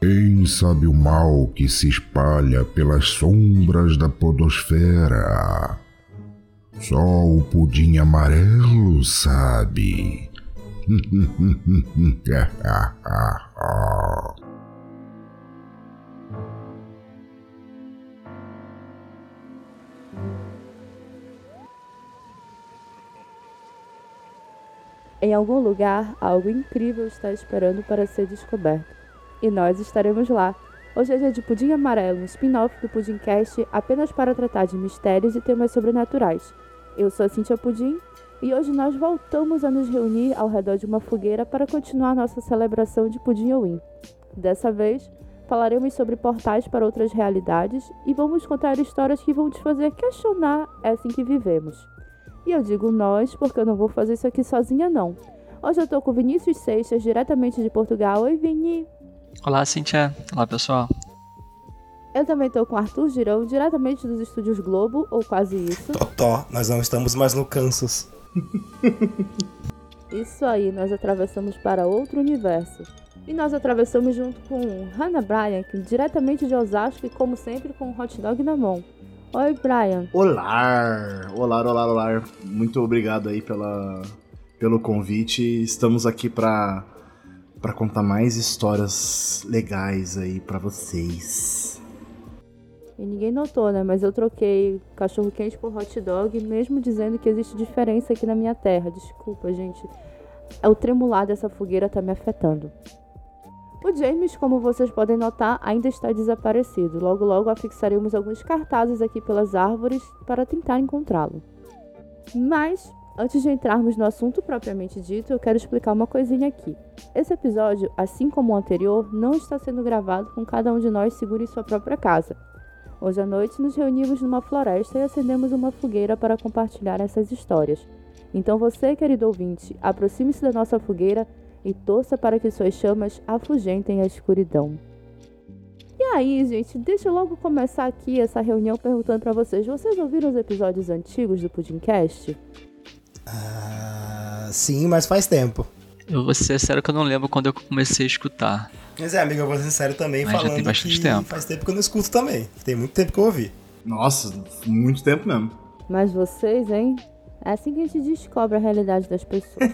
Quem sabe o mal que se espalha pelas sombras da podosfera? Só o pudim amarelo sabe. Em algum lugar, algo incrível está esperando para ser descoberto. E nós estaremos lá. Hoje é dia de Pudim Amarelo, um spin-off do Pudimcast apenas para tratar de mistérios e temas sobrenaturais. Eu sou a Cíntia Pudim e hoje nós voltamos a nos reunir ao redor de uma fogueira para continuar nossa celebração de Pudim Halloween. Dessa vez, falaremos sobre portais para outras realidades e vamos contar histórias que vão te fazer questionar essa em que vivemos. E eu digo nós porque eu não vou fazer isso aqui sozinha não. Hoje eu tô com Vinícius Seixas, diretamente de Portugal. Oi, Vini! Olá, Cíntia. Olá, pessoal. Eu também tô com Arthur Girão, diretamente dos estúdios Globo, ou quase isso. Nós não estamos mais no Kansas. Isso aí, nós atravessamos para outro universo. E nós atravessamos junto com Hannah Bryan, diretamente de Osasco e como sempre com um hot dog na mão. Oi, Brian. Olá. Muito obrigado aí pelo convite. Estamos aqui para contar mais histórias legais aí para vocês. E ninguém notou, né? Mas eu troquei cachorro quente por hot dog, mesmo dizendo que existe diferença aqui na minha terra. Desculpa, gente. O tremular dessa fogueira tá me afetando. O James, como vocês podem notar, ainda está desaparecido. Logo, logo afixaremos alguns cartazes aqui pelas árvores para tentar encontrá-lo. Mas, antes de entrarmos no assunto propriamente dito, eu quero explicar uma coisinha aqui. Esse episódio, assim como o anterior, não está sendo gravado com cada um de nós seguro em sua própria casa. Hoje à noite nos reunimos numa floresta e acendemos uma fogueira para compartilhar essas histórias. Então você, querido ouvinte, aproxime-se da nossa fogueira e torça para que suas chamas afugentem a escuridão. E aí, gente, deixa eu logo começar aqui essa reunião perguntando para vocês. Vocês ouviram os episódios antigos do Pudimcast? Sim, mas faz tempo. Eu vou ser sério que eu não lembro quando eu comecei a escutar. Mas amigo, eu vou ser sério também, mas falando já tem bastante que tempo. Faz tempo que eu não escuto também. Tem muito tempo que eu ouvi. Nossa, muito tempo mesmo. Mas vocês, hein? É assim que a gente descobre a realidade das pessoas.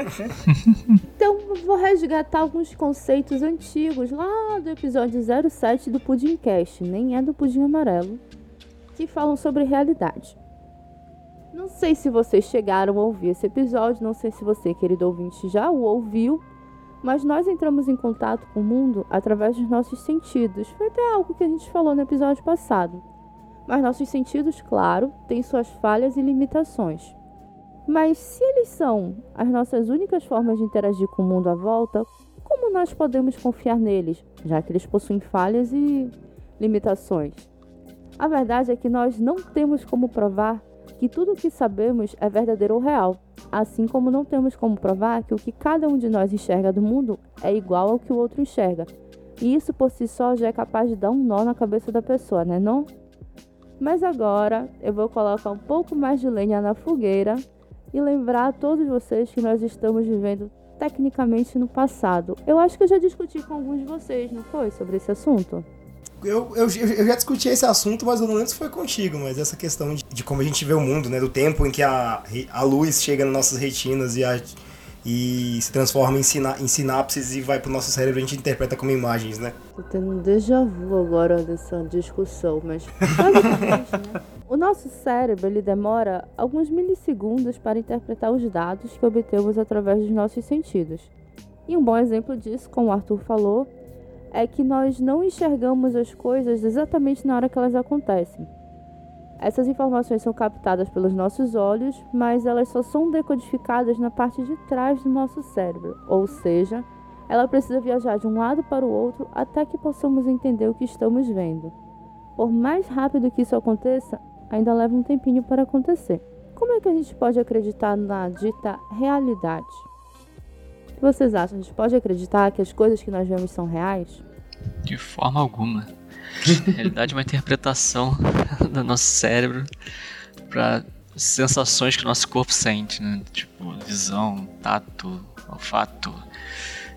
Então, eu vou resgatar alguns conceitos antigos lá do episódio 07 do Pudimcast, nem é do Pudim Amarelo, que falam sobre realidade. Não sei se vocês chegaram a ouvir esse episódio, não sei se você, querido ouvinte, já o ouviu, mas nós entramos em contato com o mundo através dos nossos sentidos. Foi até algo que a gente falou no episódio passado. Mas nossos sentidos, claro, têm suas falhas e limitações. Mas se eles são as nossas únicas formas de interagir com o mundo à volta, como nós podemos confiar neles, já que eles possuem falhas e limitações? A verdade é que nós não temos como provar que tudo o que sabemos é verdadeiro ou real, assim como não temos como provar que o que cada um de nós enxerga do mundo é igual ao que o outro enxerga. E isso por si só já é capaz de dar um nó na cabeça da pessoa, né não? Mas agora eu vou colocar um pouco mais de lenha na fogueira e lembrar a todos vocês que nós estamos vivendo tecnicamente no passado. Eu acho que eu já discuti com alguns de vocês, não foi? Sobre esse assunto? Eu já discuti esse assunto, mas eu não lembro se foi contigo, mas essa questão de como a gente vê o mundo, né? Do tempo em que a luz chega nas nossas retinas e se transforma em sinapses e vai pro nosso cérebro, a gente interpreta como imagens, né? Tô tendo um déjà vu agora dessa discussão, mas basicamente, né? O nosso cérebro, ele demora alguns milissegundos para interpretar os dados que obtemos através dos nossos sentidos. E um bom exemplo disso, como o Arthur falou, é que nós não enxergamos as coisas exatamente na hora que elas acontecem. Essas informações são captadas pelos nossos olhos, mas elas só são decodificadas na parte de trás do nosso cérebro, ou seja, ela precisa viajar de um lado para o outro até que possamos entender o que estamos vendo. Por mais rápido que isso aconteça, ainda leva um tempinho para acontecer. Como é que a gente pode acreditar na dita realidade? O que vocês acham? A gente pode acreditar que as coisas que nós vemos são reais? De forma alguma. A realidade é uma interpretação do nosso cérebro para sensações que o nosso corpo sente, né? Tipo, visão, tato, olfato.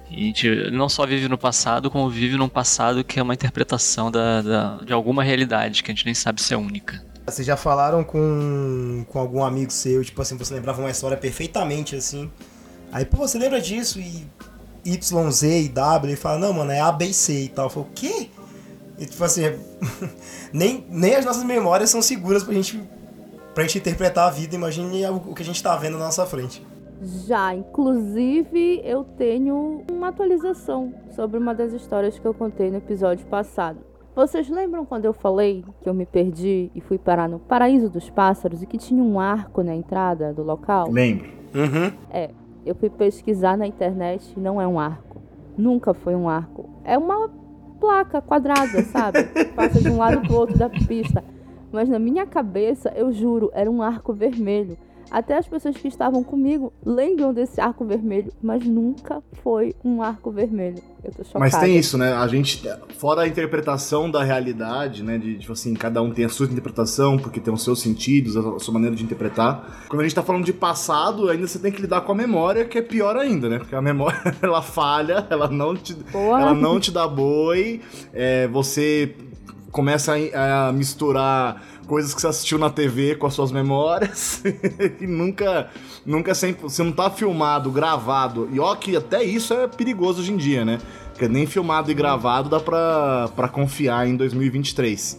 E a gente não só vive no passado, como vive num passado que é uma interpretação de alguma realidade, que a gente nem sabe se é única. Vocês já falaram com algum amigo seu, tipo assim, você lembrava uma história perfeitamente, assim. Aí, pô, você lembra disso? E Y, Z e W, e fala, não, mano, é A, B e C e tal. Eu falo, o quê? E tipo assim, nem as nossas memórias são seguras pra gente interpretar a vida. Imagine o que a gente tá vendo na nossa frente. Já, inclusive, eu tenho uma atualização sobre uma das histórias que eu contei no episódio passado. Vocês lembram quando eu falei que eu me perdi e fui parar no Paraíso dos Pássaros e que tinha um arco na entrada do local? Lembro. Uhum. Eu fui pesquisar na internet e não é um arco. Nunca foi um arco. É uma placa quadrada, sabe? Passa de um lado pro outro da pista. Mas na minha cabeça, eu juro, era um arco vermelho. Até as pessoas que estavam comigo lembram desse arco vermelho, mas nunca foi um arco vermelho. Eu tô chocada. Mas tem isso, né? A gente, fora a interpretação da realidade, né? De, tipo assim, cada um tem a sua interpretação, porque tem os seus sentidos, a sua maneira de interpretar. Quando a gente tá falando de passado, ainda você tem que lidar com a memória, que é pior ainda, né? Porque a memória, ela falha, ela não te dá boi, você começa a misturar coisas que você assistiu na TV com as suas memórias e nunca sempre, você não tá filmado, gravado, e ó que até isso é perigoso hoje em dia, né? Porque nem filmado e gravado dá pra confiar em 2023,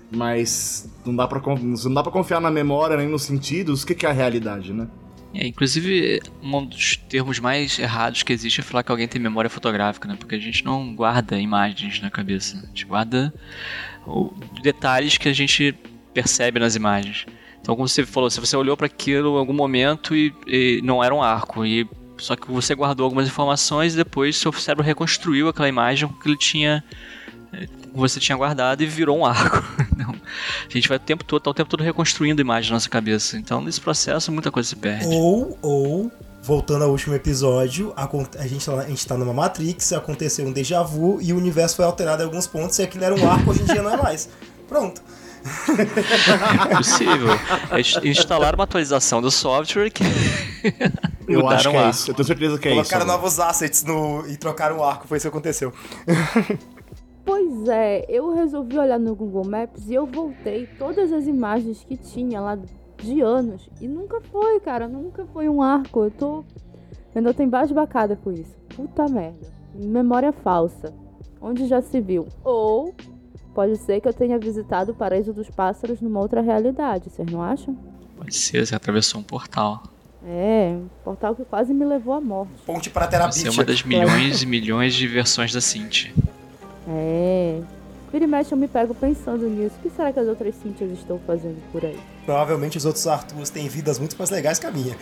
mas não dá pra confiar na memória nem nos sentidos. O que é a realidade, né? Inclusive, um dos termos mais errados que existe é falar que alguém tem memória fotográfica, né? Porque a gente não guarda imagens na cabeça, a gente guarda detalhes que a gente percebe nas imagens. Então, como você falou, se você olhou para aquilo em algum momento e não era um arco, só que você guardou algumas informações e depois seu cérebro reconstruiu aquela imagem que você tinha guardado e virou um arco. Então, a gente vai tá o tempo todo reconstruindo imagens na nossa cabeça. Então, nesse processo, muita coisa se perde. Ou voltando ao último episódio, a gente tá numa Matrix, aconteceu um déjà vu e o universo foi alterado em alguns pontos e aquilo era um arco, hoje em dia não é mais. Pronto. É possível. Instalaram uma atualização do software que Eu acho que é isso. Eu tenho certeza que é isso. Colocaram novos assets e trocaram o arco. Foi isso que aconteceu. Pois é, eu resolvi olhar no Google Maps e eu voltei todas as imagens que tinha lá de anos. E nunca foi, cara. Nunca foi um arco. Eu ainda tô embasbacada com isso. Puta merda. Memória falsa. Onde já se viu? Ou pode ser que eu tenha visitado o Paraíso dos Pássaros numa outra realidade, vocês não acham? Pode ser, você atravessou um portal. Um portal que quase me levou à morte. Ponte para a terapia. Você é uma das milhões e milhões de versões da Cinti. Vira e mexe eu me pego pensando nisso. O que será que as outras Cintias estão fazendo por aí? Provavelmente os outros Arthurs têm vidas muito mais legais que a minha.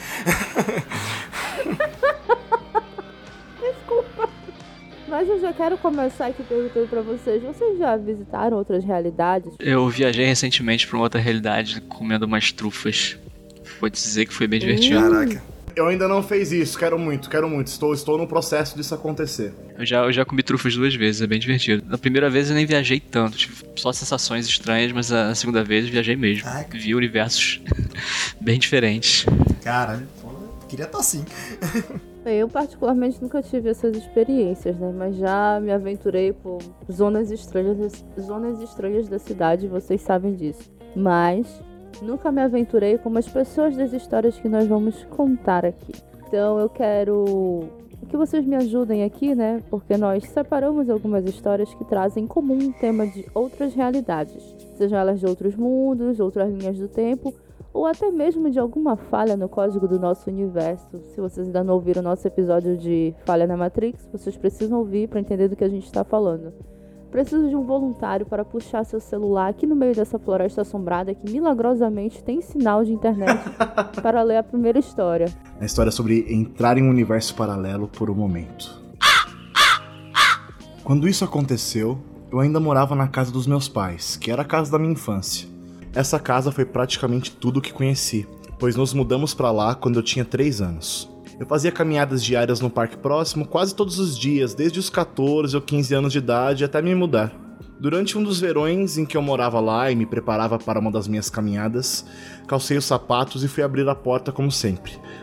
Desculpa. Mas eu já quero começar aqui perguntando pra vocês já visitaram outras realidades? Eu viajei recentemente pra uma outra realidade comendo umas trufas. Vou dizer que foi bem divertido. Caraca. Eu ainda não fiz isso, quero muito. Estou no processo disso acontecer. Eu já comi trufas 2 vezes, é bem divertido. Na primeira vez eu nem viajei tanto, tive só sensações estranhas, mas a segunda vez eu viajei mesmo. Caraca. Vi universos bem diferentes. Cara, queria estar assim. Eu particularmente nunca tive essas experiências, né? Mas já me aventurei por zonas estranhas da cidade, vocês sabem disso. Mas nunca me aventurei como as pessoas das histórias que nós vamos contar aqui. Então eu quero que vocês me ajudem aqui, né? Porque nós separamos algumas histórias que trazem em comum um tema de outras realidades. Sejam elas de outros mundos, outras linhas do tempo, ou até mesmo de alguma falha no código do nosso universo. Se vocês ainda não ouviram o nosso episódio de Falha na Matrix, vocês precisam ouvir para entender do que a gente está falando. Preciso de um voluntário para puxar seu celular aqui no meio dessa floresta assombrada que milagrosamente tem sinal de internet para ler a primeira história. A história é sobre entrar em um universo paralelo por um momento. Quando isso aconteceu, eu ainda morava na casa dos meus pais, que era a casa da minha infância. Essa casa foi praticamente tudo o que conheci, pois nos mudamos pra lá quando eu tinha 3 anos. Eu fazia caminhadas diárias no parque próximo quase todos os dias, desde os 14 ou 15 anos de idade até me mudar. Durante um dos verões em que eu morava lá e me preparava para uma das minhas caminhadas, calcei os sapatos e fui abrir a porta como sempre,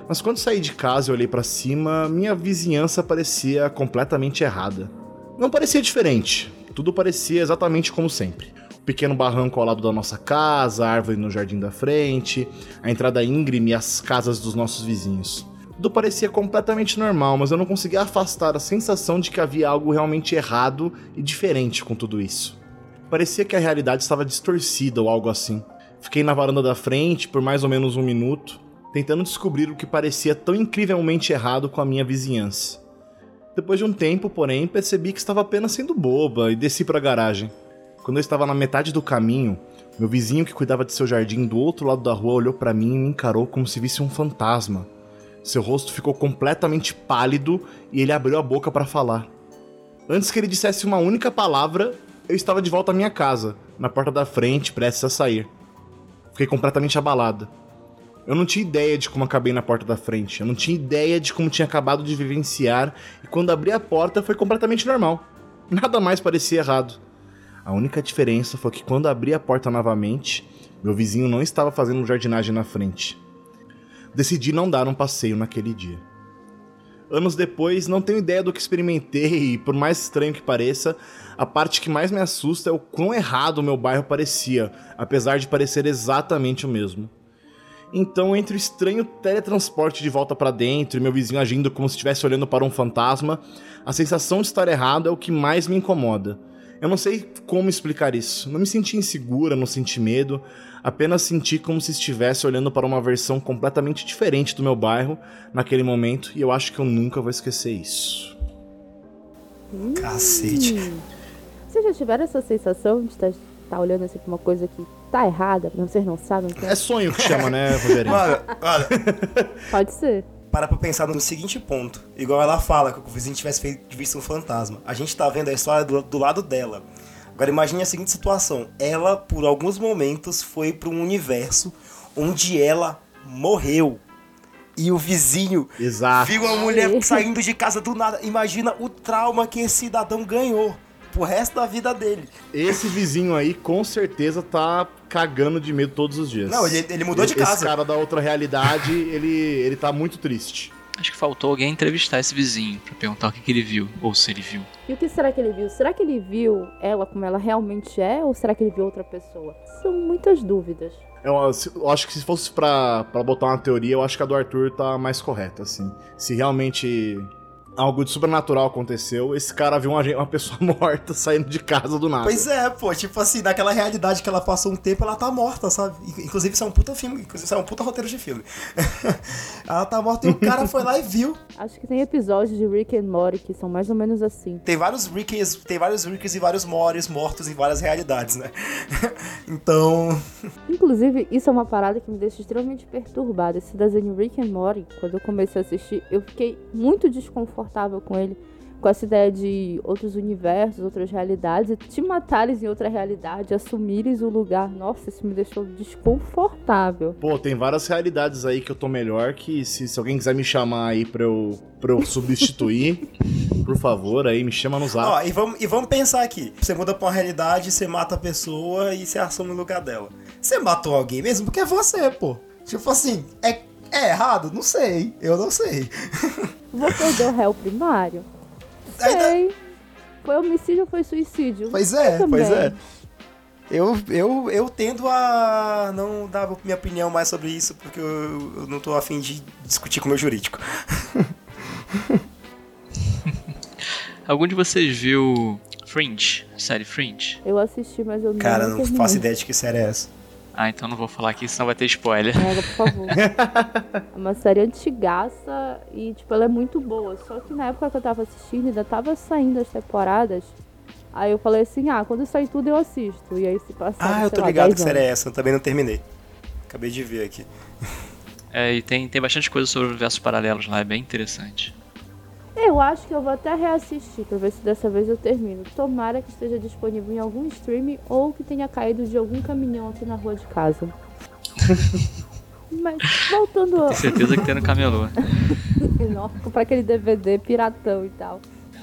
Mas quando saí de casa e olhei pra cima, minha vizinhança parecia completamente errada. Não parecia diferente, tudo parecia exatamente como sempre. O pequeno barranco ao lado da nossa casa, a árvore no jardim da frente, a entrada íngreme e as casas dos nossos vizinhos. Tudo parecia completamente normal, mas eu não conseguia afastar a sensação de que havia algo realmente errado e diferente com tudo isso. Parecia que a realidade estava distorcida ou algo assim. Fiquei na varanda da frente por mais ou menos 1 minuto, tentando descobrir o que parecia tão incrivelmente errado com a minha vizinhança. Depois de um tempo, porém, percebi que estava apenas sendo boba e desci para a garagem. Quando eu estava na metade do caminho, meu vizinho que cuidava de seu jardim do outro lado da rua olhou para mim e me encarou como se visse um fantasma. Seu rosto ficou completamente pálido e ele abriu a boca para falar. Antes que ele dissesse uma única palavra, eu estava de volta à minha casa, na porta da frente, prestes a sair. Fiquei completamente abalado. Eu não tinha ideia de como acabei na porta da frente, eu não tinha ideia de como tinha acabado de vivenciar, e quando abri a porta foi completamente normal. Nada mais parecia errado. A única diferença foi que quando abri a porta novamente, meu vizinho não estava fazendo jardinagem na frente. Decidi não dar um passeio naquele dia. Anos depois, não tenho ideia do que experimentei e, por mais estranho que pareça, a parte que mais me assusta é o quão errado o meu bairro parecia, apesar de parecer exatamente o mesmo. Então, entre o estranho teletransporte de volta pra dentro e meu vizinho agindo como se estivesse olhando para um fantasma, a sensação de estar errado é o que mais me incomoda. Eu não sei como explicar isso. Não me senti insegura, não senti medo, apenas senti como se estivesse olhando para uma versão completamente diferente do meu bairro naquele momento, e eu acho que eu nunca vou esquecer isso. Cacete. Vocês já tiveram essa sensação de estar olhando assim pra uma coisa que tá errada, mas vocês não sabem o que é? É sonho que chama, né, Rogerinho? Olha, Pode ser. para pra pensar no seguinte ponto. Igual ela fala, que o vizinho tivesse visto um fantasma. A gente tá vendo a história do lado dela. Agora imagine a seguinte situação. Ela, por alguns momentos, foi para um universo onde ela morreu. E o vizinho viu a mulher saindo de casa do nada. Imagina o trauma que esse cidadão ganhou pro resto da vida dele. Esse vizinho aí, com certeza, tá cagando de medo todos os dias. Não, ele mudou de casa. Esse cara da outra realidade, ele tá muito triste. Acho que faltou alguém entrevistar esse vizinho pra perguntar o que ele viu, ou se ele viu. E o que será que ele viu? Será que ele viu ela como ela realmente é, ou será que ele viu outra pessoa? São muitas dúvidas. Eu acho que se fosse pra botar uma teoria, eu acho que a do Arthur tá mais correta, assim. Se realmente algo de sobrenatural aconteceu, esse cara viu uma pessoa morta saindo de casa do nada. Pois é, pô, tipo assim, naquela realidade que ela passou um tempo, ela tá morta, sabe? Inclusive isso é um puta filme, isso é um puta roteiro de filme. Ela tá morta e o cara foi lá e viu. Acho que tem episódios de Rick and Morty que são mais ou menos assim. Tem vários Ricks e vários Mortys mortos em várias realidades, né? Então... Inclusive, isso é uma parada que me deixa extremamente perturbada. Esse desenho Rick and Morty, quando eu comecei a assistir, eu fiquei muito desconfortável com ele, com essa ideia de outros universos, outras realidades, e te matares em outra realidade, assumires o lugar. Nossa, isso me deixou desconfortável. Pô, tem várias realidades aí que eu tô melhor, que se alguém quiser me chamar aí pra eu substituir, por favor, aí me chama no zap. Ó, e vamos pensar aqui. Você muda pra uma realidade, você mata a pessoa e você assume o lugar dela. Você matou alguém mesmo porque é você, pô. Tipo assim, é errado? Não sei. Eu não sei. Vou perder o réu primário? Sei. Foi homicídio ou foi suicídio? Pois é, pois é. Eu tendo a não dar minha opinião mais sobre isso, porque eu não tô afim de discutir com o meu jurídico. Algum de vocês viu Fringe? Série Fringe? Eu assisti, mas eu não Cara, não terminei. faço ideia de que série é essa. Ah, então não vou falar aqui, senão vai ter spoiler. Por favor. É uma série antigaça e, tipo, ela é muito boa. Só que na época que eu tava assistindo, ainda tava saindo as temporadas. Aí eu falei assim, quando sair tudo eu assisto. E aí se passaram, eu tô ligado que série é essa, eu também não terminei. Acabei de ver aqui. É, e tem bastante coisa sobre universos paralelos lá, é bem interessante. Eu acho que eu vou até reassistir, pra ver se dessa vez eu termino. Tomara que esteja disponível em algum stream ou que tenha caído de algum caminhão aqui na rua de casa. Mas, voltando... Tenho certeza que tem no camelô. Nossa, comprar aquele DVD piratão e tal.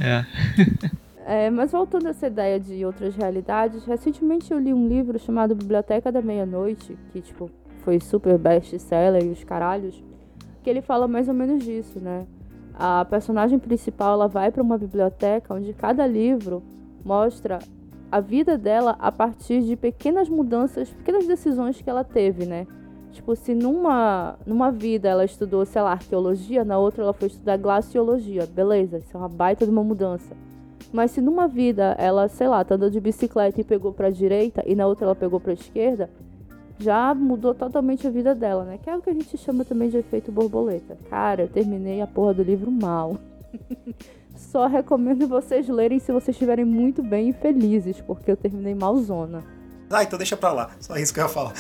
Mas voltando a essa ideia de outras realidades, recentemente eu li um livro chamado Biblioteca da Meia-Noite, que, tipo, foi super best-seller e os caralhos, que ele fala mais ou menos disso, né? A personagem principal, ela vai para uma biblioteca onde cada livro mostra a vida dela a partir de pequenas mudanças, pequenas decisões que ela teve, né? Tipo, se numa vida ela estudou, sei lá, arqueologia, na outra ela foi estudar glaciologia. Beleza, isso é uma baita de uma mudança. Mas se numa vida ela, sei lá, tá andando de bicicleta e pegou pra direita e na outra ela pegou pra esquerda, já mudou totalmente a vida dela, né? Que é o que a gente chama também de efeito borboleta. Cara, eu terminei a porra do livro mal. Só recomendo vocês lerem se vocês estiverem muito bem e felizes, porque eu terminei malzona. Então deixa pra lá. Só isso que eu ia falar.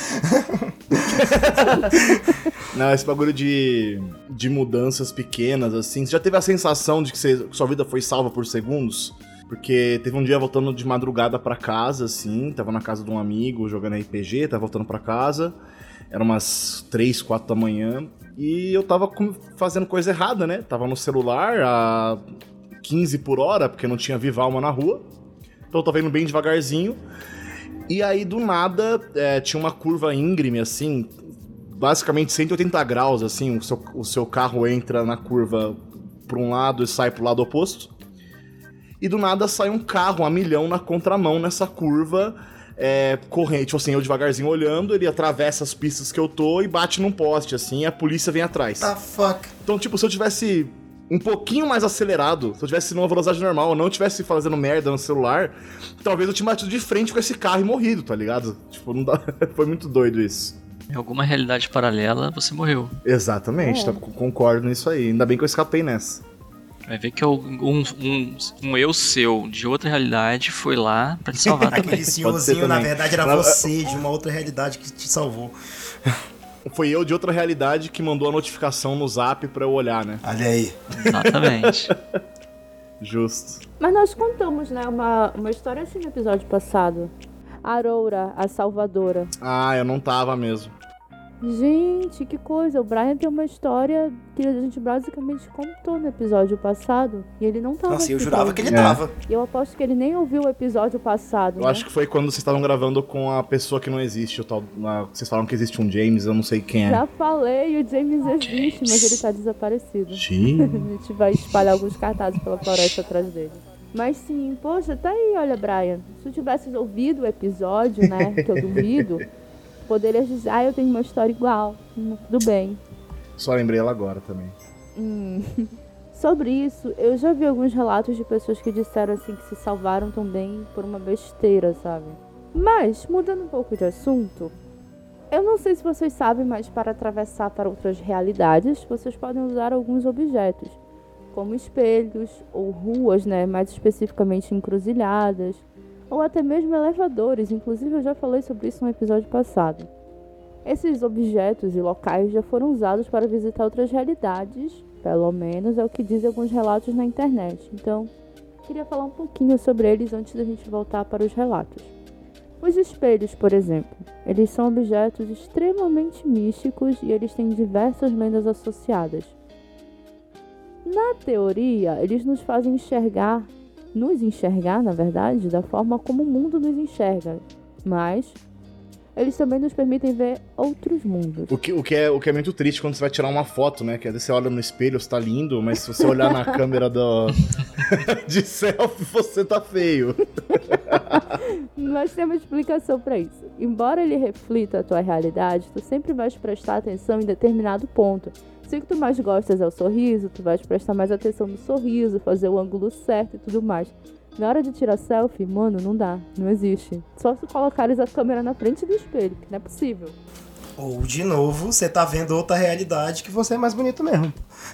Não, esse bagulho de mudanças pequenas, assim. Você já teve a sensação de que sua vida foi salva por segundos? Porque teve um dia voltando de madrugada pra casa, assim. Tava na casa de um amigo jogando RPG, tava voltando pra casa. Era umas 3, 4 da manhã. E eu tava fazendo coisa errada, né? Tava no celular a 15 por hora, porque não tinha Viva Alma na rua. Então eu tava indo bem devagarzinho. E aí, do nada, tinha uma curva íngreme, assim, basicamente 180 graus, assim, o seu carro entra na curva para um lado e sai pro lado oposto. E do nada sai um carro a milhão na contramão nessa curva, corrente, tipo assim, eu devagarzinho olhando, ele atravessa as pistas que eu tô e bate num poste, assim, e a polícia vem atrás. The fuck? Então, tipo, se eu tivesse um pouquinho mais acelerado, se eu tivesse numa velocidade normal, ou não tivesse fazendo merda no celular, talvez eu tinha batido de frente com esse carro e morrido, tá ligado? Tipo, não dá... Foi muito doido isso. Em alguma realidade paralela, você morreu. Exatamente, concordo nisso aí. Ainda bem que eu escapei nessa. Vai ver que um eu seu de outra realidade foi lá pra te salvar também. Aquele senhorzinho, na verdade, era você de uma outra realidade que te salvou. Foi eu de outra realidade que mandou a notificação no Zap pra eu olhar, né? Olha aí. Exatamente. Justo. Mas nós contamos, né, uma história assim no episódio passado. Aurora, a salvadora. Ah, eu não tava mesmo. Gente, que coisa. O Brian tem uma história que a gente basicamente contou no episódio passado. E ele não tava. Nossa, eu aqui jurava pra que ele ouvir. tava. E eu aposto que ele nem ouviu o episódio passado. Eu acho que foi quando vocês estavam gravando com a pessoa que não existe, o tal. Vocês falaram que existe um James, eu não sei quem é. Já falei, o James existe, mas ele tá desaparecido. Sim. A gente vai espalhar alguns cartazes pela floresta atrás dele. Mas sim, poxa, tá aí, olha, Brian. Se tu tivesses ouvido o episódio, né, que eu duvido, poderias dizer, eu tenho uma história igual. Tudo bem. Só lembrei ela agora também. Sobre isso, eu já vi alguns relatos de pessoas que disseram assim que se salvaram também por uma besteira, sabe? Mas, mudando um pouco de assunto, eu não sei se vocês sabem, mas para atravessar para outras realidades, vocês podem usar alguns objetos, como espelhos ou ruas, né, mais especificamente encruzilhadas, ou até mesmo elevadores. Inclusive eu já falei sobre isso no episódio passado. Esses objetos e locais já foram usados para visitar outras realidades, pelo menos é o que dizem alguns relatos na internet. Então, queria falar um pouquinho sobre eles antes da gente voltar para os relatos. Os espelhos, por exemplo, eles são objetos extremamente místicos e eles têm diversas lendas associadas. Na teoria, eles nos fazem nos enxergar, na verdade, da forma como o mundo nos enxerga, mas eles também nos permitem ver outros mundos. O que é muito triste quando você vai tirar uma foto, né? Que às vezes você olha no espelho, você tá lindo, mas se você olhar na câmera de selfie, você tá feio. Nós temos explicação para isso. Embora ele reflita a tua realidade, tu sempre vais prestar atenção em determinado ponto. Se o que tu mais gostas é o sorriso, tu vais prestar mais atenção no sorriso, fazer o ângulo certo e tudo mais. Na hora de tirar selfie, mano, não dá, não existe. Só se colocares a câmera na frente do espelho, que não é possível. Ou, de novo, você tá vendo outra realidade que você é mais bonito mesmo.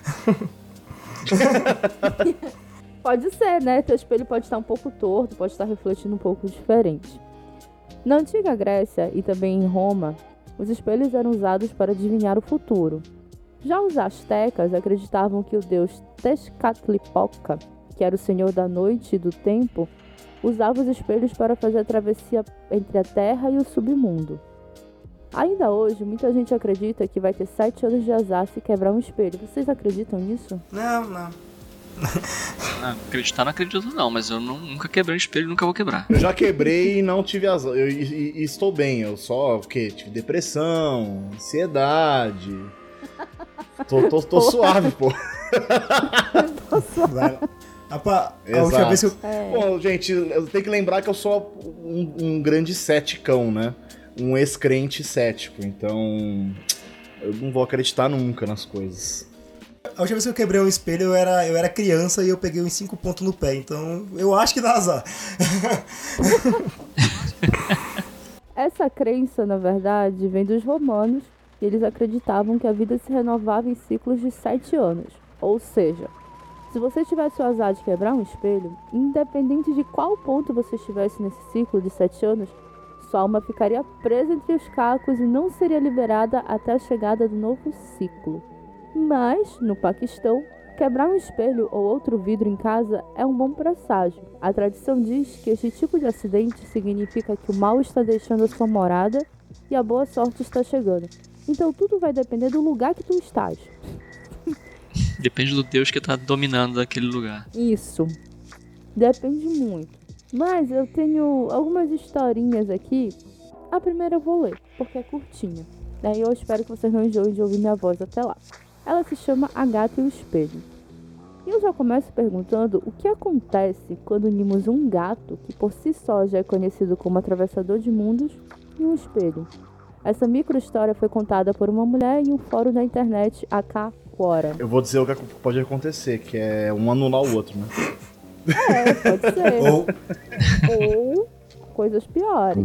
Pode ser, né? Teu espelho pode estar um pouco torto, pode estar refletindo um pouco diferente. Na antiga Grécia e também em Roma, os espelhos eram usados para adivinhar o futuro. Já os astecas acreditavam que o deus Tezcatlipoca, que era o senhor da noite e do tempo, usava os espelhos para fazer a travessia entre a terra e o submundo. Ainda hoje, muita gente acredita que vai ter 7 anos de azar se quebrar um espelho. Vocês acreditam nisso? Não. Acreditar não acredito não, mas eu nunca quebrei um espelho e nunca vou quebrar. Eu já quebrei e não tive azar. E estou bem, eu só tive depressão, ansiedade. Tô suave, pô. Vai. A última vez que eu... Bom, gente, eu tenho que lembrar que eu sou um grande ceticão, né? Um ex-crente cético, então eu não vou acreditar nunca nas coisas. A última vez que eu quebrei um espelho, eu era criança e eu peguei uns 5 pontos no pé, então eu acho que dá azar. Essa crença, na verdade, vem dos romanos, e eles acreditavam que a vida se renovava em ciclos de 7 anos. Ou seja, se você tivesse o azar de quebrar um espelho, independente de qual ponto você estivesse nesse ciclo de 7 anos, sua alma ficaria presa entre os cacos e não seria liberada até a chegada do novo ciclo. Mas, no Paquistão, quebrar um espelho ou outro vidro em casa é um bom presságio. A tradição diz que este tipo de acidente significa que o mal está deixando a sua morada e a boa sorte está chegando. Então tudo vai depender do lugar que tu estás. Depende do Deus que tá dominando aquele lugar. Isso. Depende muito. Mas eu tenho algumas historinhas aqui. A primeira eu vou ler, porque é curtinha. Daí eu espero que vocês não enjoem de ouvir minha voz até lá. Ela se chama A Gata e o Espelho. E eu já começo perguntando o que acontece quando unimos um gato, que por si só já é conhecido como atravessador de mundos, e um espelho. Essa micro-história foi contada por uma mulher em um fórum da internet, AK Quora. Eu vou dizer o que pode acontecer, que é um anular o outro, né? Pode ser. Ou coisas piores.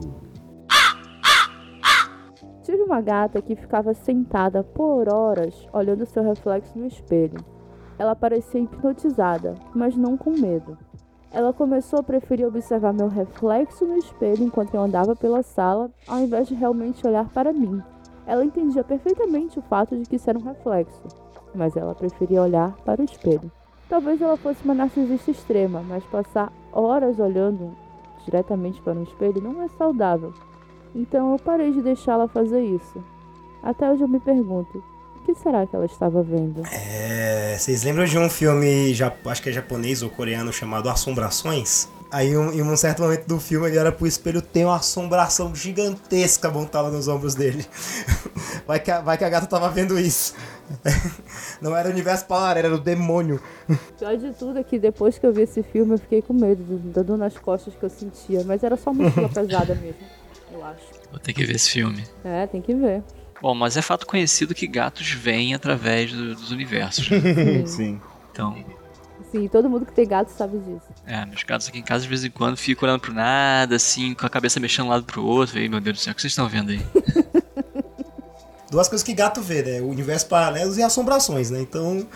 Tive uma gata que ficava sentada por horas olhando seu reflexo no espelho. Ela parecia hipnotizada, mas não com medo. Ela começou a preferir observar meu reflexo no espelho enquanto eu andava pela sala, ao invés de realmente olhar para mim. Ela entendia perfeitamente o fato de que isso era um reflexo, mas ela preferia olhar para o espelho. Talvez ela fosse uma narcisista extrema, mas passar horas olhando diretamente para um espelho não é saudável. Então eu parei de deixá-la fazer isso. Até hoje eu me pergunto, o que será que ela estava vendo? Vocês lembram de um filme, acho que é japonês ou coreano, chamado Assombrações? Aí em um certo momento do filme ele olha pro espelho, tem uma assombração gigantesca montada nos ombros dele. Vai que a gata tava vendo isso. Não era o universo paralelo, era o demônio. Pior de tudo é que depois que eu vi esse filme eu fiquei com medo da dor nas costas que eu sentia. Mas era só mochila pesada mesmo, eu acho. Vou ter que ver esse filme. Tem que ver. Bom, mas é fato conhecido que gatos vêm através dos universos. Né? Sim. Então... Sim, todo mundo que tem gato sabe disso. Meus gatos aqui em casa de vez em quando ficam olhando pro nada, assim, com a cabeça mexendo de um lado pro outro. Aí, meu Deus do céu, o que vocês estão vendo aí? Duas coisas que gato vê, né? O universo paralelos e assombrações, né? Então...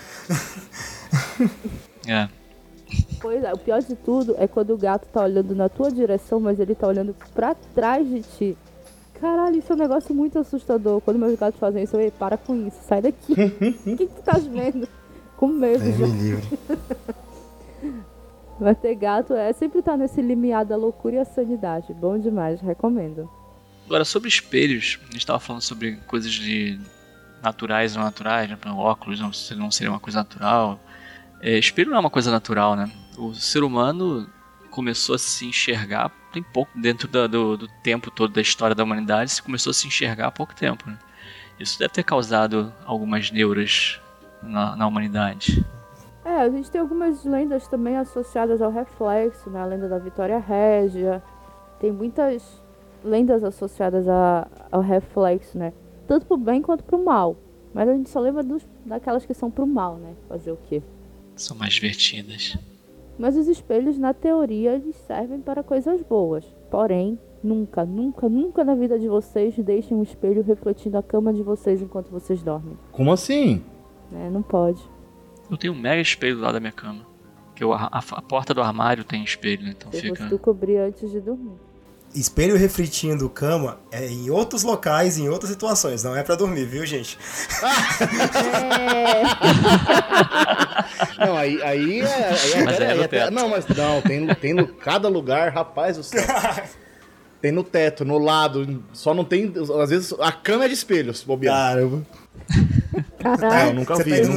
Pois é, o pior de tudo é quando o gato tá olhando na tua direção, mas ele tá olhando pra trás de ti. Caralho, isso é um negócio muito assustador. Quando meus gatos fazem isso, para com isso, sai daqui. O que tu tá vendo? Com medo. Me livre. Mas ter gato sempre estar nesse limiar da loucura e a sanidade. Bom demais, recomendo. Agora, sobre espelhos, a gente tava falando sobre coisas de naturais ou não naturais, né? Óculos não seria uma coisa natural. Espelho não é uma coisa natural, né? O ser humano começou a se enxergar, tem pouco, dentro do tempo todo da história da humanidade, se começou a se enxergar há pouco tempo, né? Isso deve ter causado algumas neuras na humanidade. A gente tem algumas lendas também associadas ao reflexo, né? A lenda da Vitória Régia. Tem muitas lendas associadas ao reflexo, né? Tanto pro bem quanto pro mal. Mas a gente só lembra daquelas que são pro mal, né? Fazer o quê? São mais divertidas. Mas os espelhos, na teoria, eles servem para coisas boas. Porém, nunca, nunca, nunca na vida de vocês deixem um espelho refletindo a cama de vocês enquanto vocês dormem. Como assim? Não pode. Eu tenho um mega espelho do lado da minha cama. Porque a porta do armário tem espelho, né? Então fica... Tu cobrir antes de dormir. Espelho refletindo cama é em outros locais, em outras situações. Não é pra dormir, viu, gente? Não, aí mas é no teto. Não, mas não, tem no cada lugar, rapaz do céu. Tem no teto, no lado, só não tem, às vezes a cama é de espelho, se bobear. Caramba. Eu nunca vi, mas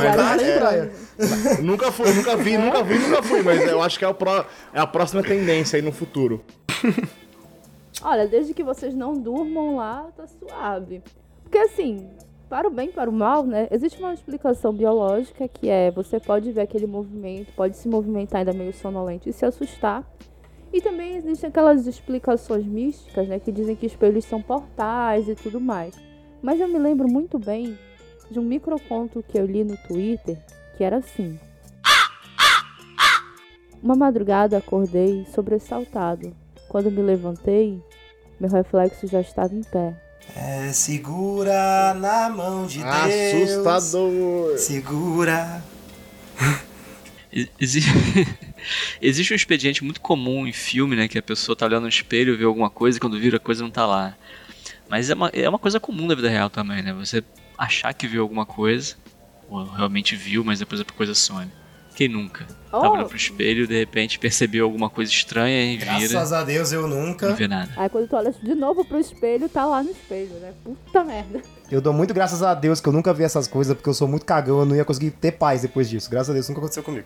nunca fui, mas eu acho que é a próxima tendência aí no futuro. Olha, desde que vocês não durmam lá, tá suave. Porque assim, para o bem e para o mal, né? Existe uma explicação biológica que é você pode ver aquele movimento, pode se movimentar ainda meio sonolento e se assustar. E também existem aquelas explicações místicas, né? Que dizem que espelhos são portais e tudo mais. Mas eu me lembro muito bem de um microconto que eu li no Twitter, que era assim. Uma madrugada acordei sobressaltado. Quando me levantei, meu reflexo já estava em pé. Segura na mão de Deus. Assustador. Segura. Existe um expediente muito comum em filme, né? Que a pessoa tá olhando no espelho, vê alguma coisa e quando vira a coisa não tá lá. Mas é uma coisa comum na vida real também, né? Você achar que viu alguma coisa, ou realmente viu, mas depois a coisa some. Quem nunca? Tava olhando pro espelho e de repente percebeu alguma coisa estranha e vira. Graças a Deus eu nunca. Não vê nada. Aí quando tu olha de novo pro espelho, tá lá no espelho, né? Puta merda. Eu dou muito graças a Deus que eu nunca vi essas coisas, porque eu sou muito cagão, eu não ia conseguir ter paz depois disso. Graças a Deus nunca aconteceu comigo.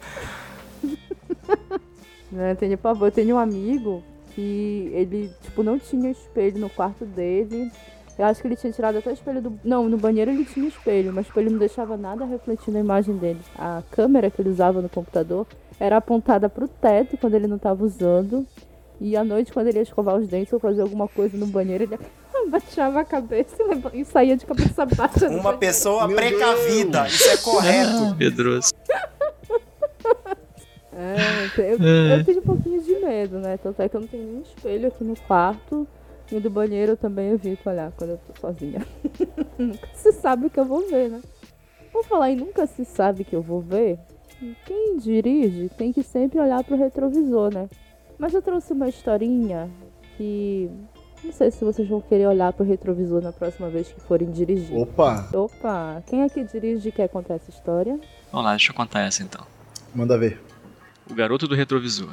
Eu tenho um amigo que ele, tipo, não tinha espelho no quarto dele. Eu acho que ele tinha tirado até o espelho do... Não, no banheiro ele tinha espelho, mas o espelho não deixava nada refletindo a imagem dele. A câmera que ele usava no computador era apontada pro teto quando ele não tava usando. E à noite, quando ele ia escovar os dentes ou fazer alguma coisa no banheiro, ele abaixava a cabeça e saía de cabeça baixa. Uma pessoa precavida, isso é correto. Pedroso. Eu tenho um pouquinho de medo, né? Tanto é que eu não tenho nenhum espelho aqui no quarto. E do banheiro eu também evito olhar quando eu tô sozinha. Nunca se sabe o que eu vou ver, né? Por falar em nunca se sabe o que eu vou ver, quem dirige tem que sempre olhar pro retrovisor, né? Mas eu trouxe uma historinha que... Não sei se vocês vão querer olhar pro retrovisor na próxima vez que forem dirigir. Opa! Quem aqui dirige e quer contar essa história? Vamos lá, deixa eu contar essa então. Manda ver. O garoto do retrovisor.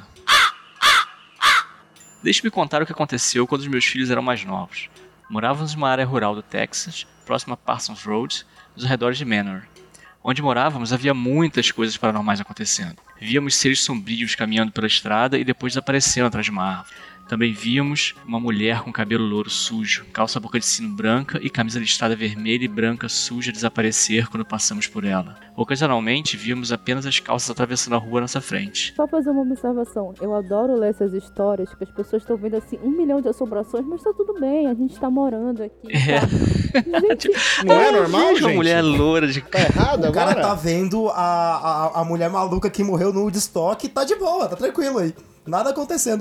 Deixe-me contar o que aconteceu quando os meus filhos eram mais novos. Morávamos em uma área rural do Texas, próxima a Parsons Road, nos arredores de Manor. Onde morávamos havia muitas coisas paranormais acontecendo. Víamos seres sombrios caminhando pela estrada e depois desaparecendo atrás de uma árvore. Também víamos uma mulher com cabelo louro sujo, calça boca de sino branca e camisa listrada vermelha e branca suja desaparecer quando passamos por ela. Ocasionalmente, víamos apenas as calças atravessando a rua à nossa frente. Só fazer uma observação. Eu adoro ler essas histórias que as pessoas estão vendo assim 1 milhão de assombrações, mas tá tudo bem, a gente tá morando aqui. Tá? Gente, Não é normal, gente? Uma mulher loura de... Tá errado O cara agora? tá vendo a mulher maluca que morreu no Woodstock e tá de boa, tá tranquilo aí. Nada acontecendo.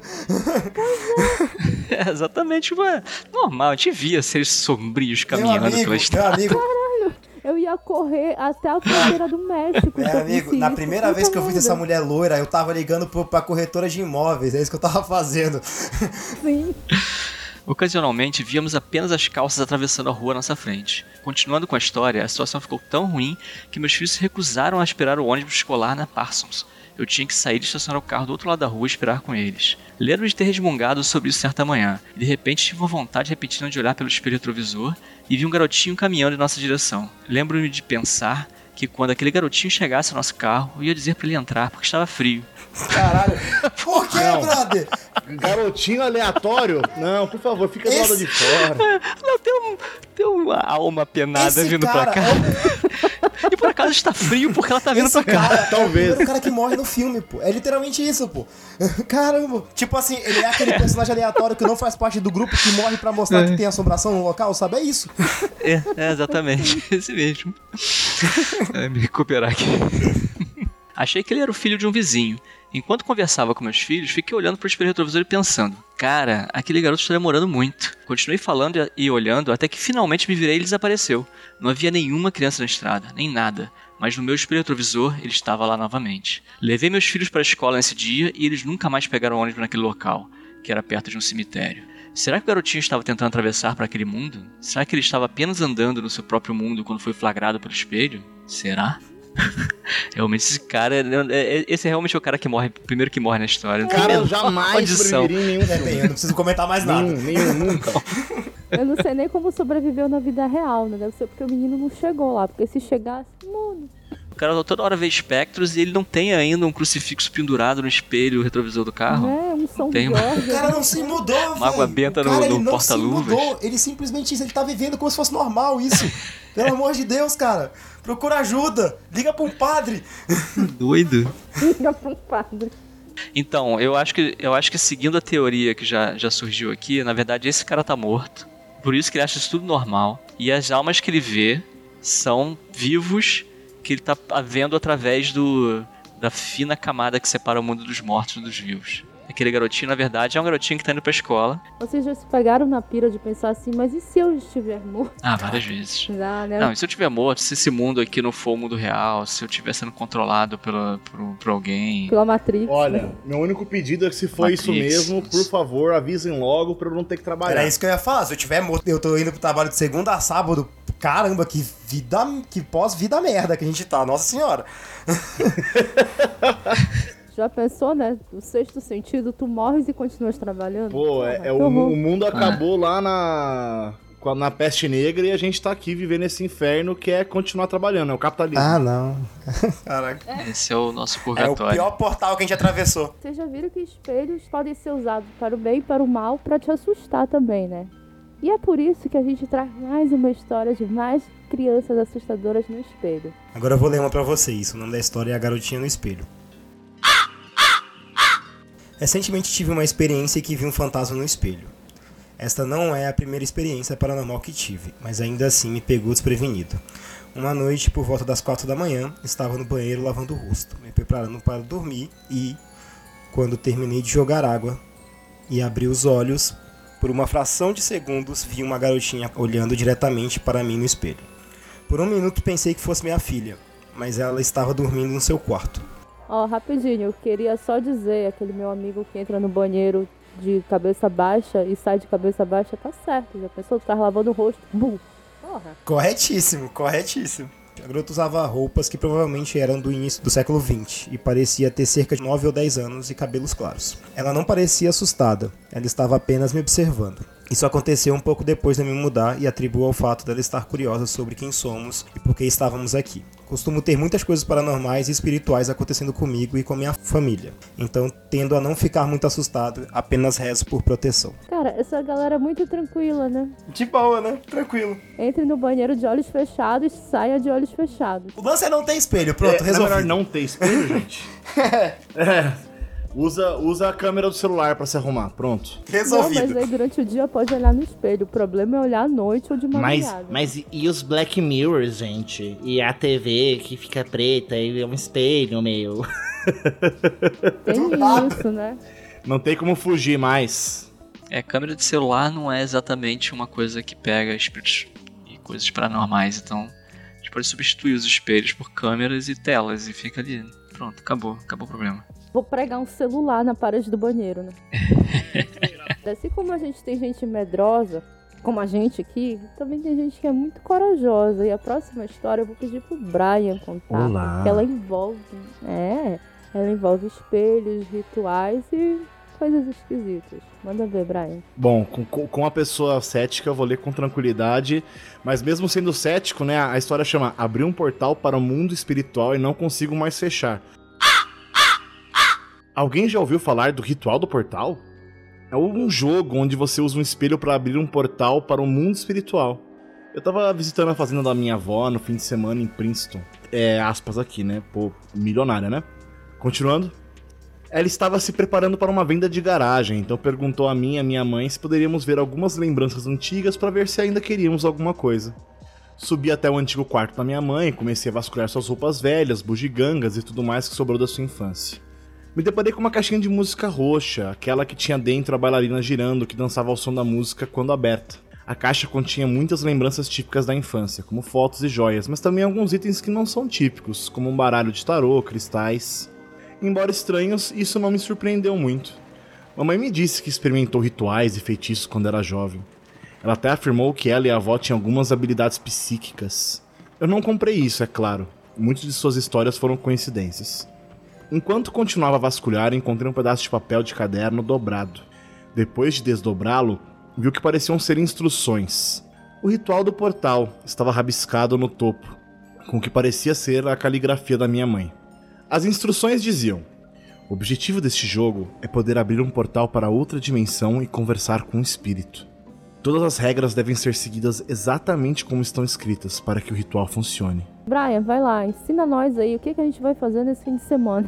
É exatamente, normal. A gente via seres sombrios caminhando pela estrada. Meu amigo, eu ia correr até a fronteira do México. meu amigo, na primeira vez que eu vi essa mulher loira, eu tava ligando pra corretora de imóveis, é isso que eu tava fazendo. Sim. Ocasionalmente, víamos apenas as calças atravessando a rua à nossa frente. Continuando com a história, a situação ficou tão ruim que meus filhos se recusaram a esperar o ônibus escolar na Parsons. Eu tinha que sair e estacionar o carro do outro lado da rua e esperar com eles. Lembro de ter resmungado sobre isso certa manhã, e de repente tive uma vontade repentina de olhar pelo espelho retrovisor e vi um garotinho caminhando em nossa direção. Lembro-me de pensar que quando aquele garotinho chegasse ao nosso carro, eu ia dizer pra ele entrar porque estava frio. Caralho. Por que, Não. brother? Garotinho aleatório? Não, por favor, fica do lado de fora. Não, tem uma alma penada Esse vindo cara pra cá. E por acaso está frio porque ela tá vindo Esse pra cá. cara Talvez. É o cara que morre no filme, pô. É literalmente isso, pô. Caramba. Tipo assim, ele é aquele personagem aleatório que não faz parte do grupo que morre pra mostrar que tem assombração no local, sabe? É isso. É exatamente. Esse mesmo. Me recuperar aqui. Achei que ele era o filho de um vizinho. Enquanto conversava com meus filhos, fiquei olhando pro espelho retrovisor e pensando: cara, aquele garoto está demorando muito. Continuei falando e olhando até que finalmente me virei e ele desapareceu. Não havia nenhuma criança na estrada, nem nada. Mas no meu espelho retrovisor, ele estava lá novamente. Levei meus filhos para a escola nesse dia e eles nunca mais pegaram ônibus naquele local, que era perto de um cemitério. Será que o garotinho estava tentando atravessar para aquele mundo? Será que ele estava apenas andando no seu próprio mundo quando foi flagrado pelo espelho? Será? Realmente esse cara, esse é realmente o cara que morre, primeiro que morre na história. O cara jamais sobreviveria em nenhum É bem, eu filme. não preciso comentar mais nada. Nenhum, nunca. Eu não sei nem como sobreviveu na vida real, né? Deve ser porque o menino não chegou lá. Porque se chegasse, mano... O cara toda hora vê espectros e ele não tem ainda um crucifixo pendurado no espelho retrovisor do carro. É, um São Tem, Jorge. O cara não se mudou, velho. Uma água benta no porta-luvas. Ele simplesmente ele tá vivendo como se fosse normal isso. Pelo amor de Deus, cara. Procura ajuda. Liga pra um padre. Doido. Liga pra um padre. Então, eu acho que seguindo a teoria que já surgiu aqui, na verdade esse cara tá morto. Por isso que ele acha isso tudo normal. E as almas que ele vê são vivos que ele tá vendo através da fina camada que separa o mundo dos mortos e dos vivos. Aquele garotinho, na verdade, é um garotinho que tá indo pra escola. Vocês já se pegaram na pira de pensar assim, mas e se eu estiver morto? Ah, várias vezes. Já, né? Não, e se eu estiver morto, se esse mundo aqui não for o mundo real, se eu estiver sendo controlado por alguém... Pela Matrix. Olha, né? meu único pedido é que se for Matrix. isso mesmo, por favor, avisem logo pra eu não ter que trabalhar. Era isso que eu ia falar. Se eu tiver morto, eu tô indo pro trabalho de segunda a sábado. Caramba, que pós-vida merda que a gente tá. Nossa senhora. Já pensou, né? O sexto sentido, tu morres e continuas trabalhando? Pô, o mundo acabou lá na peste negra e a gente tá aqui vivendo esse inferno que é continuar trabalhando, é o capitalismo. Ah, não. Caraca. Esse é o nosso É o purgatório. pior portal que a gente atravessou. Vocês já viram que espelhos podem ser usados para o bem e para o mal pra te assustar também, né? E é por isso que a gente traz mais uma história de mais crianças assustadoras no espelho. Agora eu vou ler uma pra vocês. O nome da história é A Garotinha no Espelho. Recentemente tive uma experiência que vi um fantasma no espelho. Esta não é a primeira experiência paranormal que tive, mas ainda assim me pegou desprevenido. Uma noite, por volta das 4 da manhã, estava no banheiro lavando o rosto, me preparando para dormir e, quando terminei de jogar água e abri os olhos, por uma fração de segundos vi uma garotinha olhando diretamente para mim no espelho. Por um minuto pensei que fosse minha filha, mas ela estava dormindo no seu quarto. Ó, rapidinho, eu queria só dizer, aquele meu amigo que entra no banheiro de cabeça baixa e sai de cabeça baixa, tá certo. Já pensou? Tu tá lavando o rosto. Bum! Porra. Corretíssimo, corretíssimo. A garota usava roupas que provavelmente eram do início do século XX e parecia ter cerca de 9 ou 10 anos e cabelos claros. Ela não parecia assustada, ela estava apenas me observando. Isso aconteceu um pouco depois de eu me mudar e atribuo ao fato dela estar curiosa sobre quem somos e por que estávamos aqui. Costumo ter muitas coisas paranormais e espirituais acontecendo comigo e com minha família. Então, tendo a não ficar muito assustado, apenas rezo por proteção. Cara, essa galera é muito tranquila, né? De boa, né? Tranquilo. Entre no banheiro de olhos fechados, saia de olhos fechados. O lance é não ter espelho. Pronto, É resolvido. melhor não ter espelho, gente. Usa a câmera do celular pra se arrumar, pronto. Não, Resolvido. mas aí durante o dia pode olhar no espelho. O problema é olhar à noite ou de madrugada. Mas e os Black Mirrors, gente? E a TV que fica preta e é um espelho, meu. Tem isso, né? Não tem como fugir mais. Câmera de celular não é exatamente uma coisa que pega espíritos e coisas paranormais, então a gente pode substituir os espelhos por câmeras e telas e fica ali. Pronto, acabou o problema. Vou pregar um celular na parede do banheiro, né? Assim como a gente tem gente medrosa, como a gente aqui, também tem gente que é muito corajosa. E a próxima história eu vou pedir pro Brian contar. Olá. Porque ela envolve... ela envolve espelhos, rituais e coisas esquisitas. Manda ver, Brian. Bom, com a pessoa cética eu vou ler com tranquilidade, mas mesmo sendo cético, né, a história chama Abrir um portal para o mundo espiritual e não consigo mais fechar. Alguém já ouviu falar do Ritual do Portal? É um jogo onde você usa um espelho para abrir um portal para o mundo espiritual. Eu tava visitando a fazenda da minha avó no fim de semana em Princeton. Aspas aqui, né? Pô, milionária, né? Continuando. Ela estava se preparando para uma venda de garagem, então perguntou a mim e a minha mãe se poderíamos ver algumas lembranças antigas para ver se ainda queríamos alguma coisa. Subi até o antigo quarto da minha mãe, comecei a vasculhar suas roupas velhas, bugigangas e tudo mais que sobrou da sua infância. Me deparei com uma caixinha de música roxa, aquela que tinha dentro a bailarina girando que dançava ao som da música quando aberta. A caixa continha muitas lembranças típicas da infância, como fotos e joias, mas também alguns itens que não são típicos, como um baralho de tarô, cristais. Embora estranhos, isso não me surpreendeu muito. Mamãe me disse que experimentou rituais e feitiços quando era jovem. Ela até afirmou que ela e a avó tinham algumas habilidades psíquicas. Eu não comprei isso, é claro. Muitas de suas histórias foram coincidências. Enquanto continuava a vasculhar, encontrei um pedaço de papel de caderno dobrado. Depois de desdobrá-lo, vi o que pareciam ser instruções. O ritual do portal estava rabiscado no topo. com o que parecia ser a caligrafia da minha mãe. As instruções diziam: o objetivo deste jogo é poder abrir um portal para outra dimensão e conversar com o espírito. Todas as regras devem ser seguidas exatamente como estão escritas para que o ritual funcione. Brian, vai lá, ensina nós aí o que a gente vai fazer nesse fim de semana.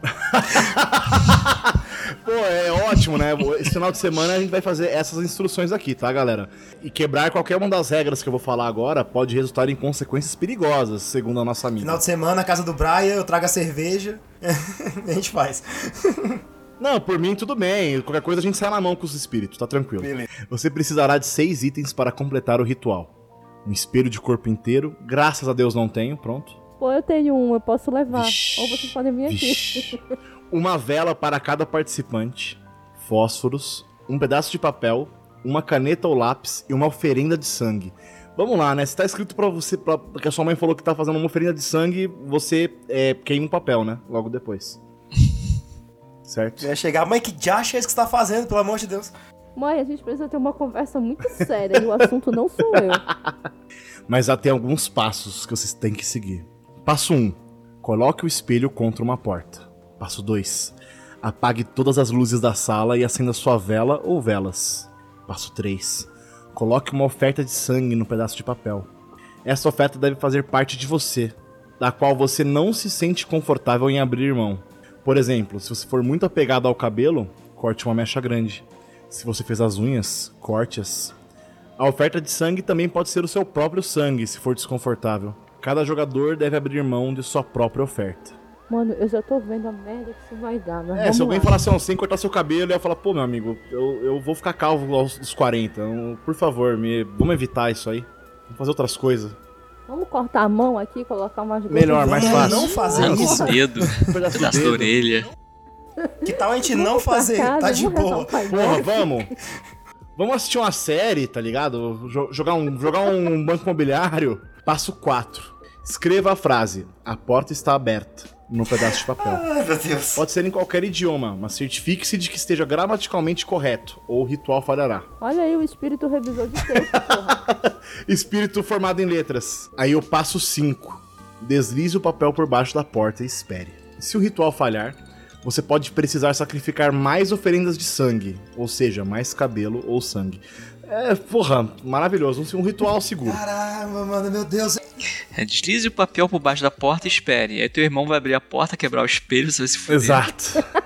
Pô, é ótimo, né? Esse final de semana a gente vai fazer essas instruções aqui, tá, galera? E quebrar qualquer uma das regras que eu vou falar agora pode resultar em consequências perigosas, segundo a nossa amiga. Final de semana, na casa do Brian, eu trago a cerveja, a gente faz. Não, por mim tudo bem. Qualquer coisa a gente sai na mão com os espíritos, tá tranquilo. Beleza. Você precisará de 6 itens para completar o ritual. Um espelho de corpo inteiro, graças a Deus não tenho, pronto. Pô, eu tenho um, eu posso levar. Vixe, Ou vocês podem vir aqui. vixe. Uma vela para cada participante, fósforos, um pedaço de papel, uma caneta ou lápis e uma oferenda de sangue. Vamos lá, né? Se tá escrito pra você, que a sua mãe falou que tá fazendo uma oferenda de sangue, você queima um papel, né? Logo depois. Certo? Vai chegar, mãe, que diacho é isso que você tá fazendo, pelo amor de Deus? Mãe, a gente precisa ter uma conversa muito séria e o assunto não sou eu. Mas há tem alguns passos que vocês têm que seguir. Passo 1. Coloque o espelho contra uma porta. Passo 2. Apague todas as luzes da sala e acenda sua vela ou velas. Passo 3. Coloque uma oferta de sangue no pedaço de papel. Essa oferta deve fazer parte de você, da qual você não se sente confortável em abrir mão. Por exemplo, se você for muito apegado ao cabelo, corte uma mecha grande. Se você fez as unhas, corte-as. A oferta de sangue também pode ser o seu próprio sangue, se for desconfortável. Cada jogador deve abrir mão de sua própria oferta. Mano, eu já tô vendo a merda que isso vai dar, mas Se vamos alguém lá. falar assim, ó, sem cortar seu cabelo, eu ia falar, pô, meu amigo, eu vou ficar calvo aos 40. Por favor, vamos evitar isso aí. Vamos fazer outras coisas. Vamos cortar a mão aqui e colocar umas Melhor, mais Vamos fácil. não fazer Arranca isso. o dedo, Um pedaço pedaço da orelha. Que tal a gente não fazer? Tá de boa. Porra, vamos. Vamos assistir uma série, tá ligado? Jogar um banco imobiliário. Passo 4. Escreva a frase: a porta está aberta, no pedaço de papel. Ai, meu Deus. Pode ser em qualquer idioma, mas certifique-se de que esteja gramaticalmente correto, ou o ritual falhará. Olha aí o espírito revisor de texto, porra. Espírito formado em letras. Aí o passo 5. Deslize o papel por baixo da porta e espere. Se o ritual falhar, você pode precisar sacrificar mais oferendas de sangue, ou seja, mais cabelo ou sangue. Porra, maravilhoso. Um ritual seguro. Caramba, mano, meu Deus. Deslize o papel por baixo da porta e espere. Aí teu irmão vai abrir a porta, quebrar o espelho, você vai se fuder. Exato.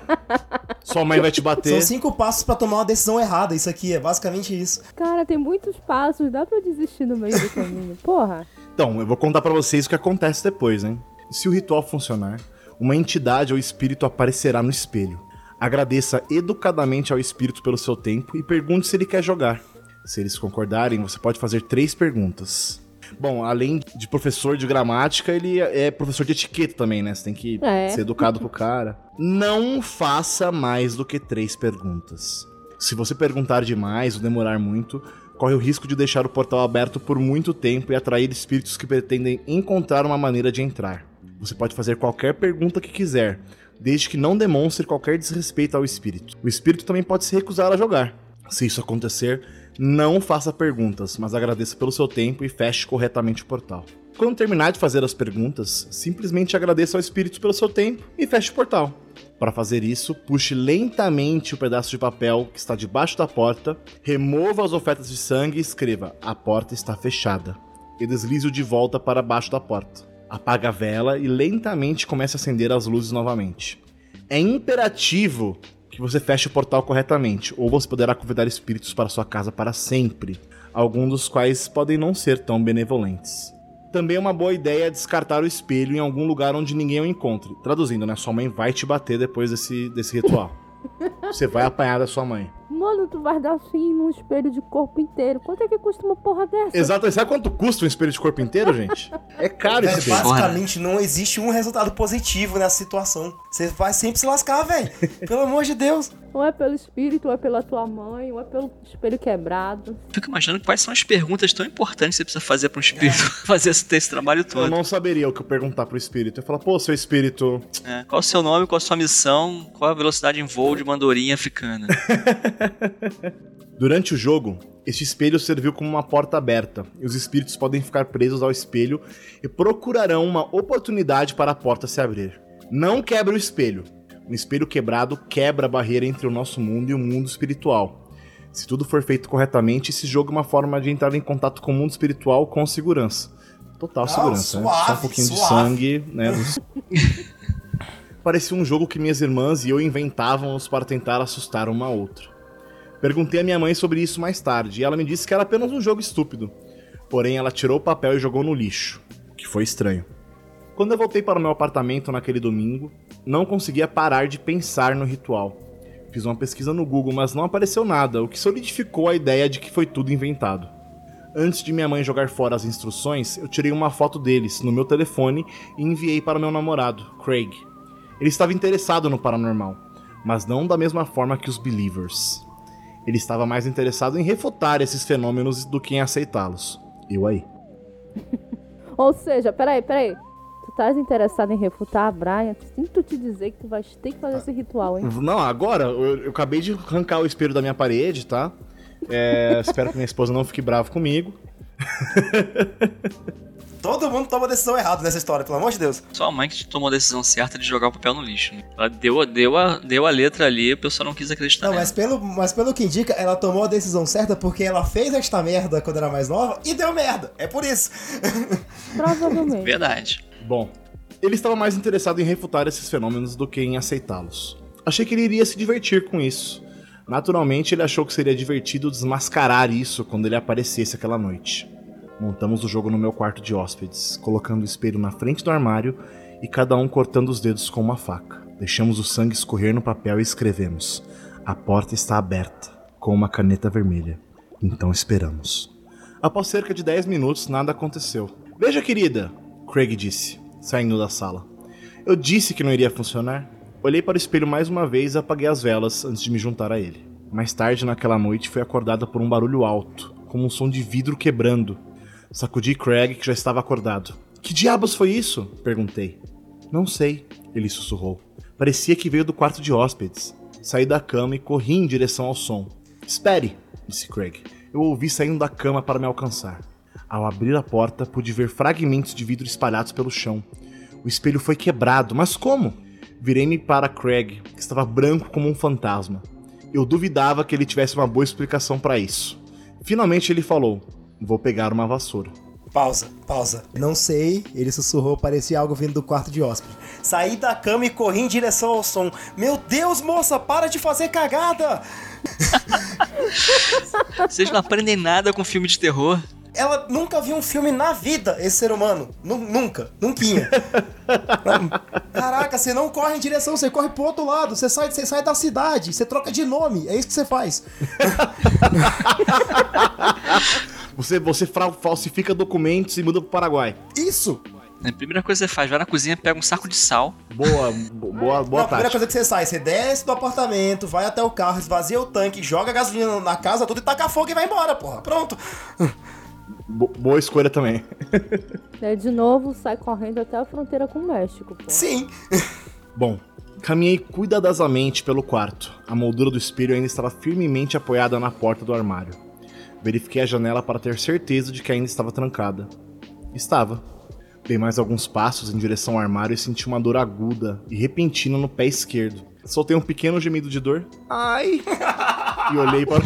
Sua mãe vai te bater. São 5 passos pra tomar uma decisão errada. Isso aqui é basicamente isso. Cara, tem muitos passos, dá pra desistir no meio do caminho. Porra. Então, eu vou contar pra vocês o que acontece depois, hein? Se o ritual funcionar, uma entidade ou espírito aparecerá no espelho. Agradeça educadamente ao espírito pelo seu tempo e pergunte se ele quer jogar. Se eles concordarem, você pode fazer 3 perguntas. Bom, além de professor de gramática, ele é professor de etiqueta também, né? Você tem que ser educado com o cara. Não faça mais do que 3 perguntas. Se você perguntar demais ou demorar muito, corre o risco de deixar o portal aberto por muito tempo e atrair espíritos que pretendem encontrar uma maneira de entrar. Você pode fazer qualquer pergunta que quiser, desde que não demonstre qualquer desrespeito ao espírito. O espírito também pode se recusar a jogar. Se isso acontecer, não faça perguntas, mas agradeça pelo seu tempo e feche corretamente o portal. Quando terminar de fazer as perguntas, simplesmente agradeça ao espírito pelo seu tempo e feche o portal. Para fazer isso, puxe lentamente o pedaço de papel que está debaixo da porta, remova as ofertas de sangue e escreva: a porta está fechada, e deslize-o de volta para baixo da porta. Apague a vela e lentamente comece a acender as luzes novamente. É imperativo que você feche o portal corretamente, ou você poderá convidar espíritos para sua casa para sempre, alguns dos quais podem não ser tão benevolentes. Também é uma boa ideia descartar o espelho em algum lugar onde ninguém o encontre. Traduzindo, né? Sua mãe vai te bater depois desse ritual. Você vai apanhar da sua mãe. Mano, tu vai dar fim num espelho de corpo inteiro. Quanto é que custa uma porra dessa? Exato. Sabe quanto custa um espelho de corpo inteiro, gente? É caro esse espelho. Basicamente, não existe um resultado positivo nessa situação. Você vai sempre se lascar, velho. Pelo amor de Deus. Ou é pelo espírito, ou é pela tua mãe, ou é pelo espelho quebrado. Fico imaginando quais são as perguntas tão importantes que você precisa fazer pra um espírito fazer esse trabalho todo. Eu não saberia o que eu perguntar pro espírito. Eu ia falar, pô, seu espírito... Qual o seu nome, qual a sua missão, qual a velocidade em voo de uma andorinha africana? Durante o jogo, este espelho serviu como uma porta aberta, e os espíritos podem ficar presos ao espelho e procurarão uma oportunidade para a porta se abrir. Não quebre o espelho. Um espelho quebrado quebra a barreira entre o nosso mundo e o mundo espiritual. Se tudo for feito corretamente, esse jogo é uma forma de entrar em contato com o mundo espiritual com segurança. Total segurança, suave, né? Só um pouquinho de sangue, né? Parecia um jogo que minhas irmãs e eu inventávamos para tentar assustar uma a outra. Perguntei à minha mãe sobre isso mais tarde, e ela me disse que era apenas um jogo estúpido. Porém, ela tirou o papel e jogou no lixo, o que foi estranho. Quando eu voltei para o meu apartamento naquele domingo, não conseguia parar de pensar no ritual. Fiz uma pesquisa no Google, mas não apareceu nada, o que solidificou a ideia de que foi tudo inventado. Antes de minha mãe jogar fora as instruções, eu tirei uma foto deles no meu telefone e enviei para o meu namorado, Craig. Ele estava interessado no paranormal, mas não da mesma forma que os Believers. Ele estava mais interessado em refutar esses fenômenos do que em aceitá-los. Eu aí. Ou seja, peraí. Tu estás interessado em refutar a Brian? Sinto te dizer que tu vais ter que fazer esse ritual, hein? Não, agora eu acabei de arrancar o espelho da minha parede, tá? Espero que minha esposa não fique brava comigo. Todo mundo toma decisão errada nessa história, pelo amor de Deus. Só a mãe que tomou a decisão certa de jogar o papel no lixo, né? Ela deu a letra ali, a pessoa não quis acreditar. Não, mas pelo que indica, ela tomou a decisão certa porque ela fez esta merda quando era mais nova e deu merda. É por isso. Provavelmente. Verdade. Bom, ele estava mais interessado em refutar esses fenômenos do que em aceitá-los. Achei que ele iria se divertir com isso. Naturalmente, ele achou que seria divertido desmascarar isso quando ele aparecesse aquela noite. Montamos o jogo no meu quarto de hóspedes, colocando o espelho na frente do armário e cada um cortando os dedos com uma faca. Deixamos o sangue escorrer no papel e escrevemos: "A porta está aberta", com uma caneta vermelha. Então esperamos. Após cerca de 10 minutos, nada aconteceu. "Veja, querida", Craig disse, saindo da sala. Eu disse que não iria funcionar. Olhei para o espelho mais uma vez e apaguei as velas antes de me juntar a ele. Mais tarde naquela noite fui acordada por um barulho alto, como um som de vidro quebrando. Sacudi Craig, que já estava acordado. "Que diabos foi isso?" perguntei. "Não sei", ele sussurrou. Parecia que veio do quarto de hóspedes. Saí da cama e corri em direção ao som. "Espere", disse Craig. Eu ouvi saindo da cama para me alcançar. Ao abrir a porta, pude ver fragmentos de vidro espalhados pelo chão. O espelho foi quebrado, mas como? Virei-me para Craig, que estava branco como um fantasma. Eu duvidava que ele tivesse uma boa explicação para isso. Finalmente ele falou: "Vou pegar uma vassoura." Pausa. Não sei, ele sussurrou, parecia algo vindo do quarto de hóspede. Saí da cama e corri em direção ao som. "Meu Deus, moça, para de fazer cagada!" Vocês não aprendem nada com filme de terror. Ela nunca viu um filme na vida, esse ser humano. Nunca. Caraca, você não corre em direção, você corre pro outro lado. Você sai da cidade, você troca de nome. É isso que você faz. Você falsifica documentos e muda pro Paraguai. Isso! A primeira coisa que você faz, vai na cozinha, pega um saco de sal. Boa Não, a primeira coisa que você sai, você desce do apartamento, vai até o carro, esvazia o tanque, joga gasolina na casa, tudo e taca fogo e vai embora, porra. Pronto. Boa escolha também. Daí de novo sai correndo até a fronteira com o México, pô. Sim. Bom, caminhei cuidadosamente pelo quarto. A moldura do espelho ainda estava firmemente apoiada na porta do armário. Verifiquei a janela para ter certeza de que ainda estava trancada. Estava. Dei mais alguns passos em direção ao armário e senti uma dor aguda e repentina no pé esquerdo. Soltei um pequeno gemido de dor. Ai! E olhei para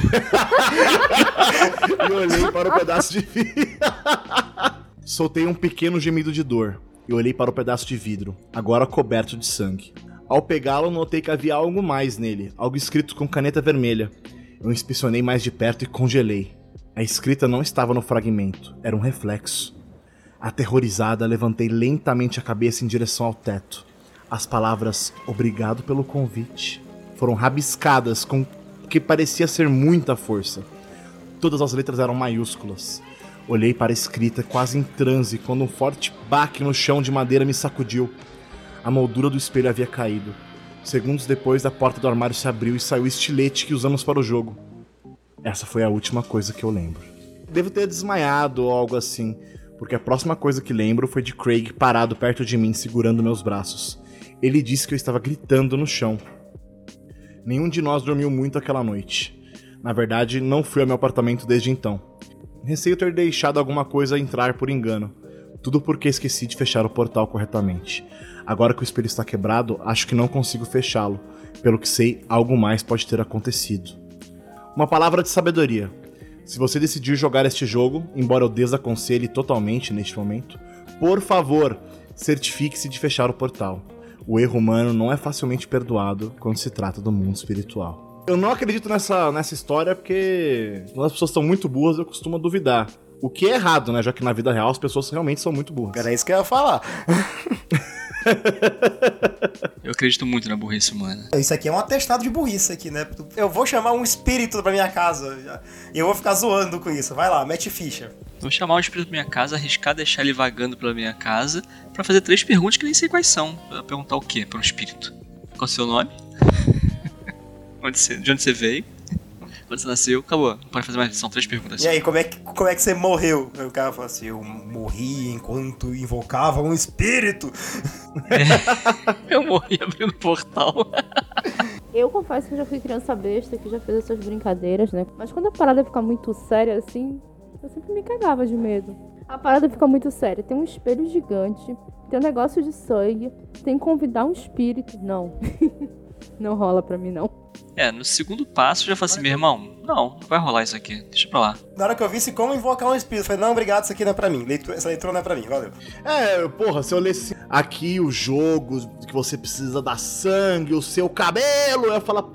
o pedaço de vidro. Soltei um pequeno gemido de dor e olhei para o pedaço de vidro, agora coberto de sangue. Ao pegá-lo, notei que havia algo mais nele, algo escrito com caneta vermelha. Eu inspecionei mais de perto e congelei. A escrita não estava no fragmento, era um reflexo. Aterrorizada, levantei lentamente a cabeça em direção ao teto. As palavras "obrigado pelo convite" foram rabiscadas com o que parecia ser muita força. Todas as letras eram maiúsculas. Olhei para a escrita quase em transe quando um forte baque no chão de madeira me sacudiu. A moldura do espelho havia caído. Segundos depois, a porta do armário se abriu e saiu o estilete que usamos para o jogo. Essa foi a última coisa que eu lembro. Devo ter desmaiado ou algo assim, porque a próxima coisa que lembro foi de Craig parado perto de mim, segurando meus braços. Ele disse que eu estava gritando no chão. Nenhum de nós dormiu muito aquela noite. Na verdade, não fui ao meu apartamento desde então. Receio ter deixado alguma coisa entrar por engano. Tudo porque esqueci de fechar o portal corretamente. Agora que o espelho está quebrado, acho que não consigo fechá-lo. Pelo que sei, algo mais pode ter acontecido. Uma palavra de sabedoria. Se você decidir jogar este jogo, embora eu desaconselhe totalmente neste momento, por favor, certifique-se de fechar o portal. O erro humano não é facilmente perdoado quando se trata do mundo espiritual. Eu não acredito nessa história porque quando as pessoas são muito burras, eu costumo duvidar. O que é errado, né? Já que na vida real as pessoas realmente são muito burras. Era isso que eu ia falar. Eu acredito muito na burrice humana. Isso aqui é um atestado de burrice aqui, né? Eu vou chamar um espírito pra minha casa e eu vou ficar zoando com isso. Vai lá, mete ficha. Vou chamar um espírito pra minha casa, arriscar deixar ele vagando pela minha casa pra fazer 3 perguntas que nem sei quais são. Pra perguntar o quê pra um espírito? Qual é o seu nome? De onde você veio? Quando você nasceu? Acabou. Não pode fazer mais. São 3 perguntas. E aí, como é que você morreu? Aí o cara fala assim, eu morri enquanto invocava um espírito. Eu morri abrindo o portal. Eu confesso que eu já fui criança besta, que já fez essas brincadeiras, né? Mas quando a parada fica muito séria assim, eu sempre me cagava de medo. A parada fica muito séria. Tem um espelho gigante, tem um negócio de sangue, tem que convidar um espírito. Não. Não rola pra mim, não. No segundo passo eu já falei assim, meu irmão, não vai rolar isso aqui, deixa pra lá. Na hora que eu vi como invocar um espírito, eu falei, não, obrigado, isso aqui não é pra mim. Essa leitura não é pra mim, valeu. Porra, se eu lesse aqui os jogos que você precisa dar sangue, o seu cabelo, eu ia falar,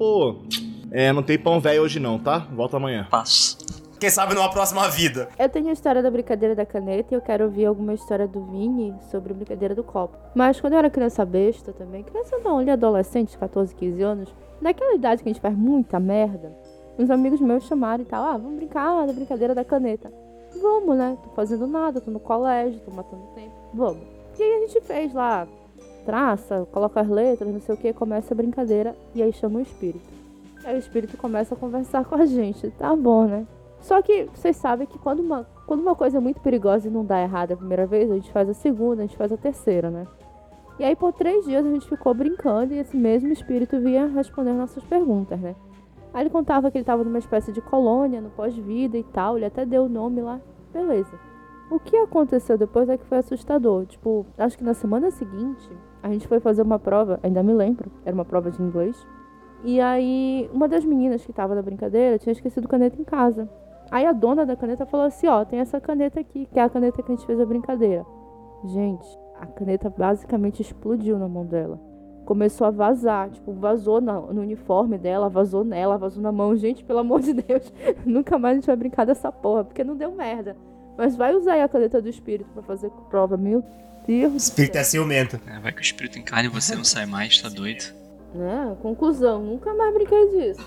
não tem pão velho hoje não, tá? Volta amanhã. Passo. Quem sabe numa próxima vida. Eu tenho a história da brincadeira da caneta e eu quero ouvir alguma história do Vini sobre a brincadeira do copo. Mas quando eu era criança besta também, criança não, ali adolescente, 14, 15 anos, naquela idade que a gente faz muita merda, uns amigos meus chamaram e tal, vamos brincar da brincadeira da caneta. Vamos, né? Tô fazendo nada, tô no colégio, tô matando tempo, vamos. E aí a gente fez lá, traça, coloca as letras, não sei o que, começa a brincadeira e aí chama o espírito. Aí o espírito começa a conversar com a gente, tá bom, né? Só que vocês sabem que quando uma coisa é muito perigosa e não dá errado a primeira vez, a gente faz a segunda, a gente faz a terceira, né? E aí por 3 dias a gente ficou brincando e esse mesmo espírito vinha responder nossas perguntas, né? Aí ele contava que ele tava numa espécie de colônia, no pós-vida e tal, ele até deu o nome lá, beleza. O que aconteceu depois é que foi assustador. Tipo, acho que na semana seguinte, a gente foi fazer uma prova, ainda me lembro, era uma prova de inglês. E aí, uma das meninas que tava na brincadeira tinha esquecido caneta em casa. Aí a dona da caneta falou assim, tem essa caneta aqui, que é a caneta que a gente fez a brincadeira. Gente, a caneta basicamente explodiu na mão dela. Começou a vazar, vazou no uniforme dela, vazou nela, vazou na mão. Gente, pelo amor de Deus, nunca mais a gente vai brincar dessa porra, porque não deu merda. Mas vai usar aí a caneta do espírito pra fazer prova, meu Deus. O espírito é ciumento. Vai que o espírito encarna e você não sai mais, tá doido? Conclusão, nunca mais brinquei disso.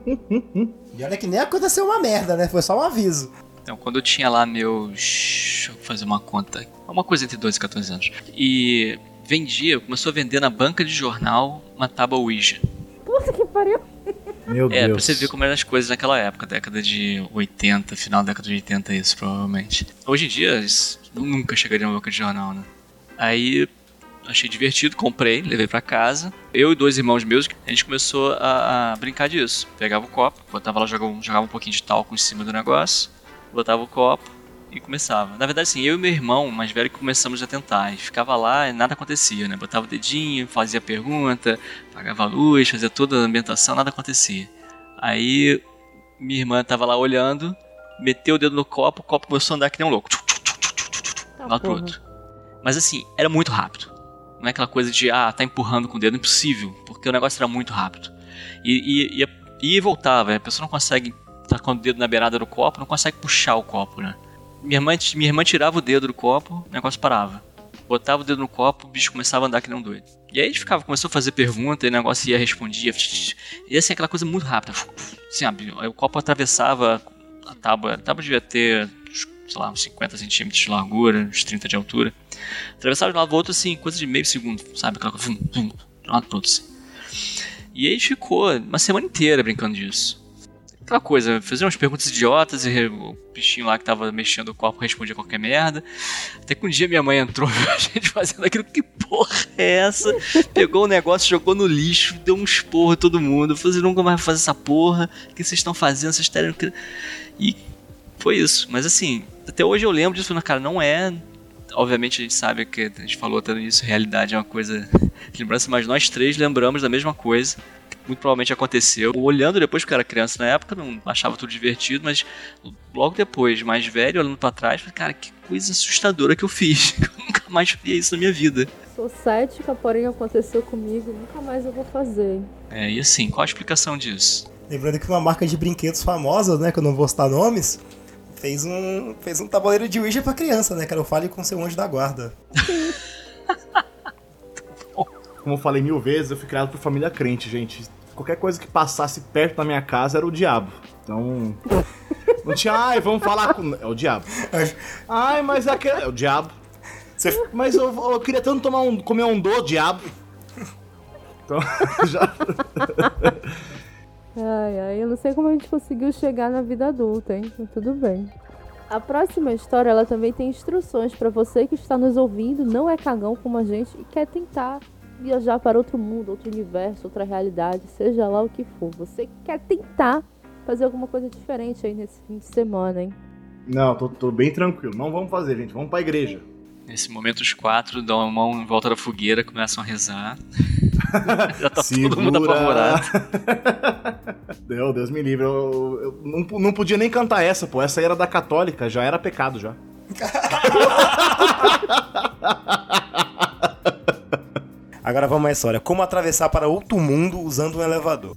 E olha que nem aconteceu uma merda, né? Foi só um aviso. Então, quando eu tinha lá meus... Deixa eu fazer uma conta. Uma coisa entre 12 e 14 anos. E começou a vender na banca de jornal uma tábua Ouija. Puta que pariu. Meu Deus. Pra você ver como eram as coisas naquela época, década de 80, final da década de 80 isso, provavelmente. Hoje em dia, isso nunca chegaria na banca de jornal, né? Aí... achei divertido, comprei, levei pra casa. Eu e 2 irmãos meus, a gente começou a brincar disso. Pegava o copo, botava lá, jogava um pouquinho de talco em cima do negócio, botava o copo e começava. Na verdade, assim, eu e meu irmão mais velho começamos a tentar. E ficava lá e nada acontecia, né? Botava o dedinho, fazia pergunta, apagava a luz, fazia toda a ambientação, nada acontecia. Aí minha irmã tava lá olhando, meteu o dedo no copo, o copo começou a andar que nem um louco. Lá pro outro. Mas assim, era muito rápido. Não é aquela coisa de, tá empurrando com o dedo, impossível, porque o negócio era muito rápido. E voltava, a pessoa não consegue estar com o dedo na beirada do copo, não consegue puxar o copo, né? Minha irmã tirava o dedo do copo, o negócio parava. Botava o dedo no copo, o bicho começava a andar que nem um doido. E aí a gente começou a fazer pergunta, e o negócio ia, respondia. E assim, aquela coisa muito rápida. Assim, aí o copo atravessava a tábua. A tábua devia ter, sei lá, uns 50 centímetros de largura, uns 30 de altura. Atravessava de um lado pro outro, assim, coisa de meio segundo, sabe? Aquela coisa, de um lado pro outro, assim. E aí a gente ficou uma semana inteira brincando disso. Aquela coisa, fazer umas perguntas idiotas e o bichinho lá que tava mexendo o corpo respondia qualquer merda. Até que um dia minha mãe entrou e a gente fazendo aquilo, que porra é essa? Pegou o negócio, jogou no lixo, deu um esporro em todo mundo. Falei, nunca mais vou fazer essa porra. O que vocês estão fazendo? Vocês estão... E foi isso. Mas assim, até hoje eu lembro disso, cara, não é... Obviamente a gente sabe que a gente falou até nisso, realidade é uma coisa de lembrança, mas nós três lembramos da mesma coisa. Muito provavelmente aconteceu. Olhando depois, porque eu era criança na época, não achava tudo divertido, mas logo depois, mais velho, olhando pra trás, falei, cara, que coisa assustadora que eu fiz. Eu nunca mais faria isso na minha vida. Sou cética, porém aconteceu comigo, nunca mais eu vou fazer. E assim, qual a explicação disso? Lembrando que uma marca de brinquedos famosa, né, que eu não vou citar nomes, fez um tabuleiro de Ouija pra criança, né, que era o Fale com seu anjo da guarda. Como eu falei 1000 vezes, eu fui criado por família crente, gente. Qualquer coisa que passasse perto da minha casa era o diabo. Então... Não tinha, vamos falar com... É o diabo. Mas é o diabo. Mas eu queria tanto comer um diabo. Então, já... Eu não sei como a gente conseguiu chegar na vida adulta, hein? Mas tudo bem. A próxima história, ela também tem instruções pra você que está nos ouvindo, não é cagão como a gente e quer tentar viajar para outro mundo, outro universo, outra realidade, seja lá o que for. Você quer tentar fazer alguma coisa diferente aí nesse fim de semana, hein? Não, tô bem tranquilo. Não vamos fazer, gente. Vamos pra igreja. Nesse momento os 4 dão a mão em volta da fogueira, começam a rezar. Já tá todo mundo apavorado. Deus me livre. Eu não podia nem cantar essa, pô. Essa aí era da católica, já era pecado, já. Agora vamos à história. Como atravessar para outro mundo usando um elevador.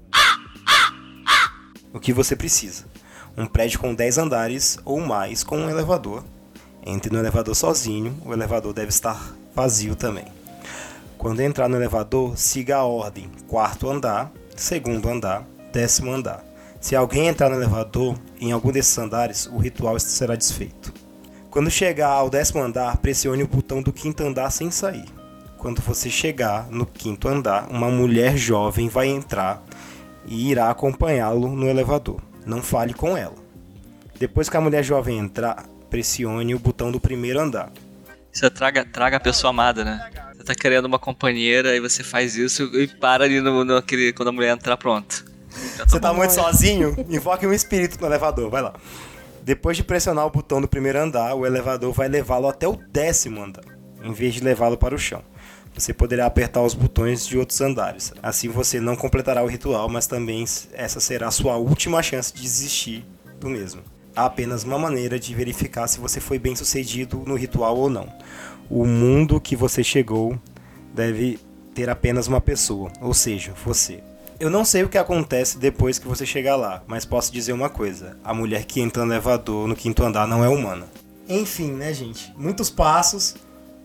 O que você precisa? Um prédio com 10 andares ou mais com um elevador. Entre no elevador sozinho, o elevador deve estar vazio também. Quando entrar no elevador, siga a ordem: 4º andar, 2º andar, 10º andar. Se alguém entrar no elevador em algum desses andares, o ritual será desfeito. Quando chegar ao 10º andar, pressione o botão do 5º andar sem sair. Quando você chegar no 5º andar, uma mulher jovem vai entrar e irá acompanhá-lo no elevador. Não fale com ela. Depois que a mulher jovem entrar, pressione o botão do 1º andar. Você traga a pessoa amada, né? Você tá querendo uma companheira e você faz isso e para ali naquele, quando a mulher entrar, pronto. Você tá muito sozinho? Invoque um espírito no elevador, vai lá. Depois de pressionar o botão do 1º andar, o elevador vai levá-lo até o 10º andar, em vez de levá-lo para o chão. Você poderá apertar os botões de outros andares. Assim você não completará o ritual, mas também essa será a sua última chance de desistir do mesmo. Há apenas uma maneira de verificar se você foi bem sucedido no ritual ou não. O mundo que você chegou deve ter apenas uma pessoa, ou seja, você. Eu não sei o que acontece depois que você chegar lá, mas posso dizer uma coisa: a mulher que entra no elevador no 5º andar não é humana. Enfim, né, gente? Muitos passos.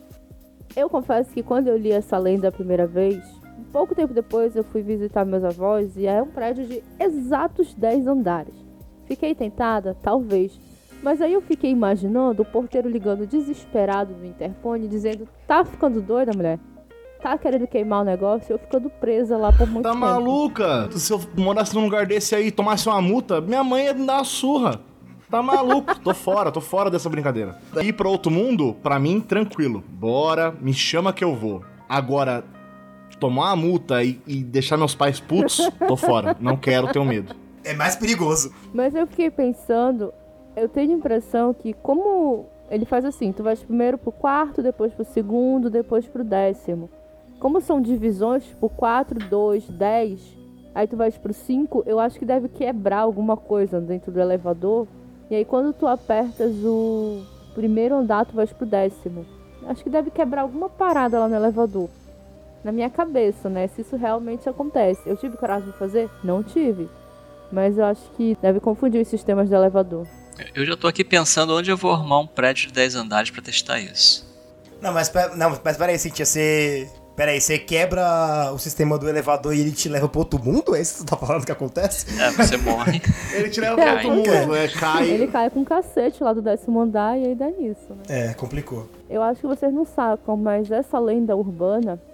Eu confesso que quando eu li essa lenda a primeira vez, pouco tempo depois eu fui visitar meus avós e é um prédio de exatos 10 andares. Fiquei tentada? Talvez. Mas aí eu fiquei imaginando o porteiro ligando desesperado no interfone, dizendo: tá ficando doida, mulher? Tá querendo queimar o negócio? Eu ficando presa lá por muito tempo. Tá maluca? Se eu morasse num lugar desse aí e tomasse uma multa, minha mãe ia me dar uma surra. Tá maluco? Tô fora dessa brincadeira. Ir pra outro mundo, pra mim, tranquilo. Bora, me chama que eu vou. Agora, tomar uma multa e deixar meus pais putos, tô fora. Não quero, tenho medo. É mais perigoso. Mas eu fiquei pensando, eu tenho a impressão que como ele faz assim, tu vais primeiro pro 4º, depois pro 2º, depois pro 10º. Como são divisões, tipo 4, 2, 10, aí tu vais pro 5, eu acho que deve quebrar alguma coisa dentro do elevador. E aí quando tu apertas o 1º andar, tu vais pro 10º. Acho que deve quebrar alguma parada lá no elevador. Na minha cabeça, né? Se isso realmente acontece. Eu tive coragem de fazer? Não tive. Mas eu acho que deve confundir os sistemas do elevador. Eu já tô aqui pensando onde eu vou arrumar um prédio de 10 andares pra testar isso. Mas peraí, Cintia, você quebra o sistema do elevador e ele te leva pro outro mundo? É isso que você tá falando que acontece? Você morre. Ele te leva pro outro mundo, cai. Ele cai com um cacete lá do 10º andar e aí dá nisso, né? Complicou. Eu acho que vocês não sacam, mas essa lenda urbana,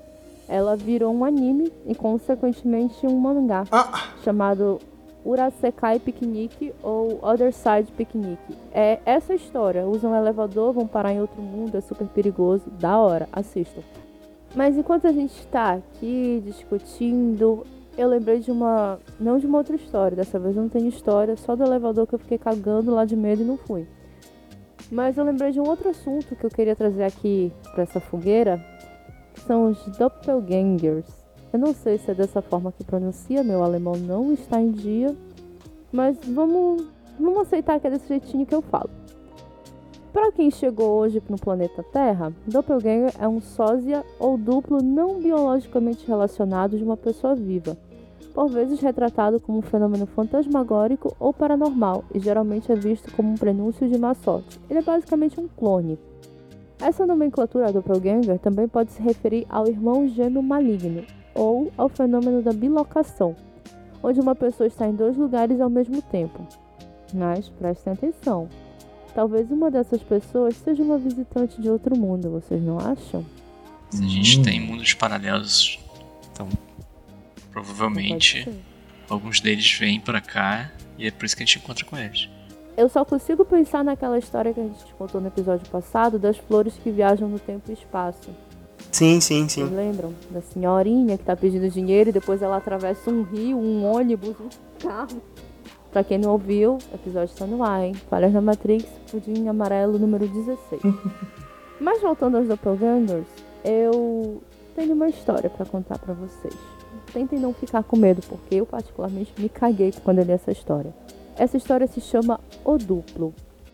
ela virou um anime e, consequentemente, um mangá chamado Urasekai Picnic ou Other Side Picnic. É essa história. Usam um elevador, vão parar em outro mundo, é super perigoso. Da hora, assistam. Mas enquanto a gente está aqui discutindo, eu lembrei não de uma outra história. Dessa vez eu não tenho história, só do elevador que eu fiquei cagando lá de medo e não fui. Mas eu lembrei de um outro assunto que eu queria trazer aqui para essa fogueira, que são os doppelgangers. Eu não sei se é dessa forma que pronuncia, meu alemão não está em dia, mas vamos aceitar que é desse jeitinho que eu falo. Para quem chegou hoje no planeta Terra, doppelganger é um sósia ou duplo não biologicamente relacionado de uma pessoa viva, por vezes retratado como um fenômeno fantasmagórico ou paranormal, e geralmente é visto como um prenúncio de má sorte. Ele é basicamente um clone. Essa nomenclatura doppelganger também pode se referir ao irmão gêmeo maligno, ou ao fenômeno da bilocação, onde uma pessoa está em 2 lugares ao mesmo tempo. Mas prestem atenção, talvez uma dessas pessoas seja uma visitante de outro mundo, vocês não acham? Se a gente tem mundos paralelos, então provavelmente alguns deles vêm pra cá e é por isso que a gente encontra com eles. Eu só consigo pensar naquela história que a gente contou no episódio passado, das flores que viajam no tempo e espaço. Sim. Vocês lembram? Da senhorinha que tá pedindo dinheiro e depois ela atravessa um rio, um ônibus, um carro. Pra quem não ouviu, o episódio está no ar, hein? Falhas na Matrix, pudim amarelo número 16. Mas voltando aos doppelgangers, eu tenho uma história pra contar pra vocês. Tentem não ficar com medo, porque eu particularmente me caguei quando eu li essa história. Essa história se chama O Duplo.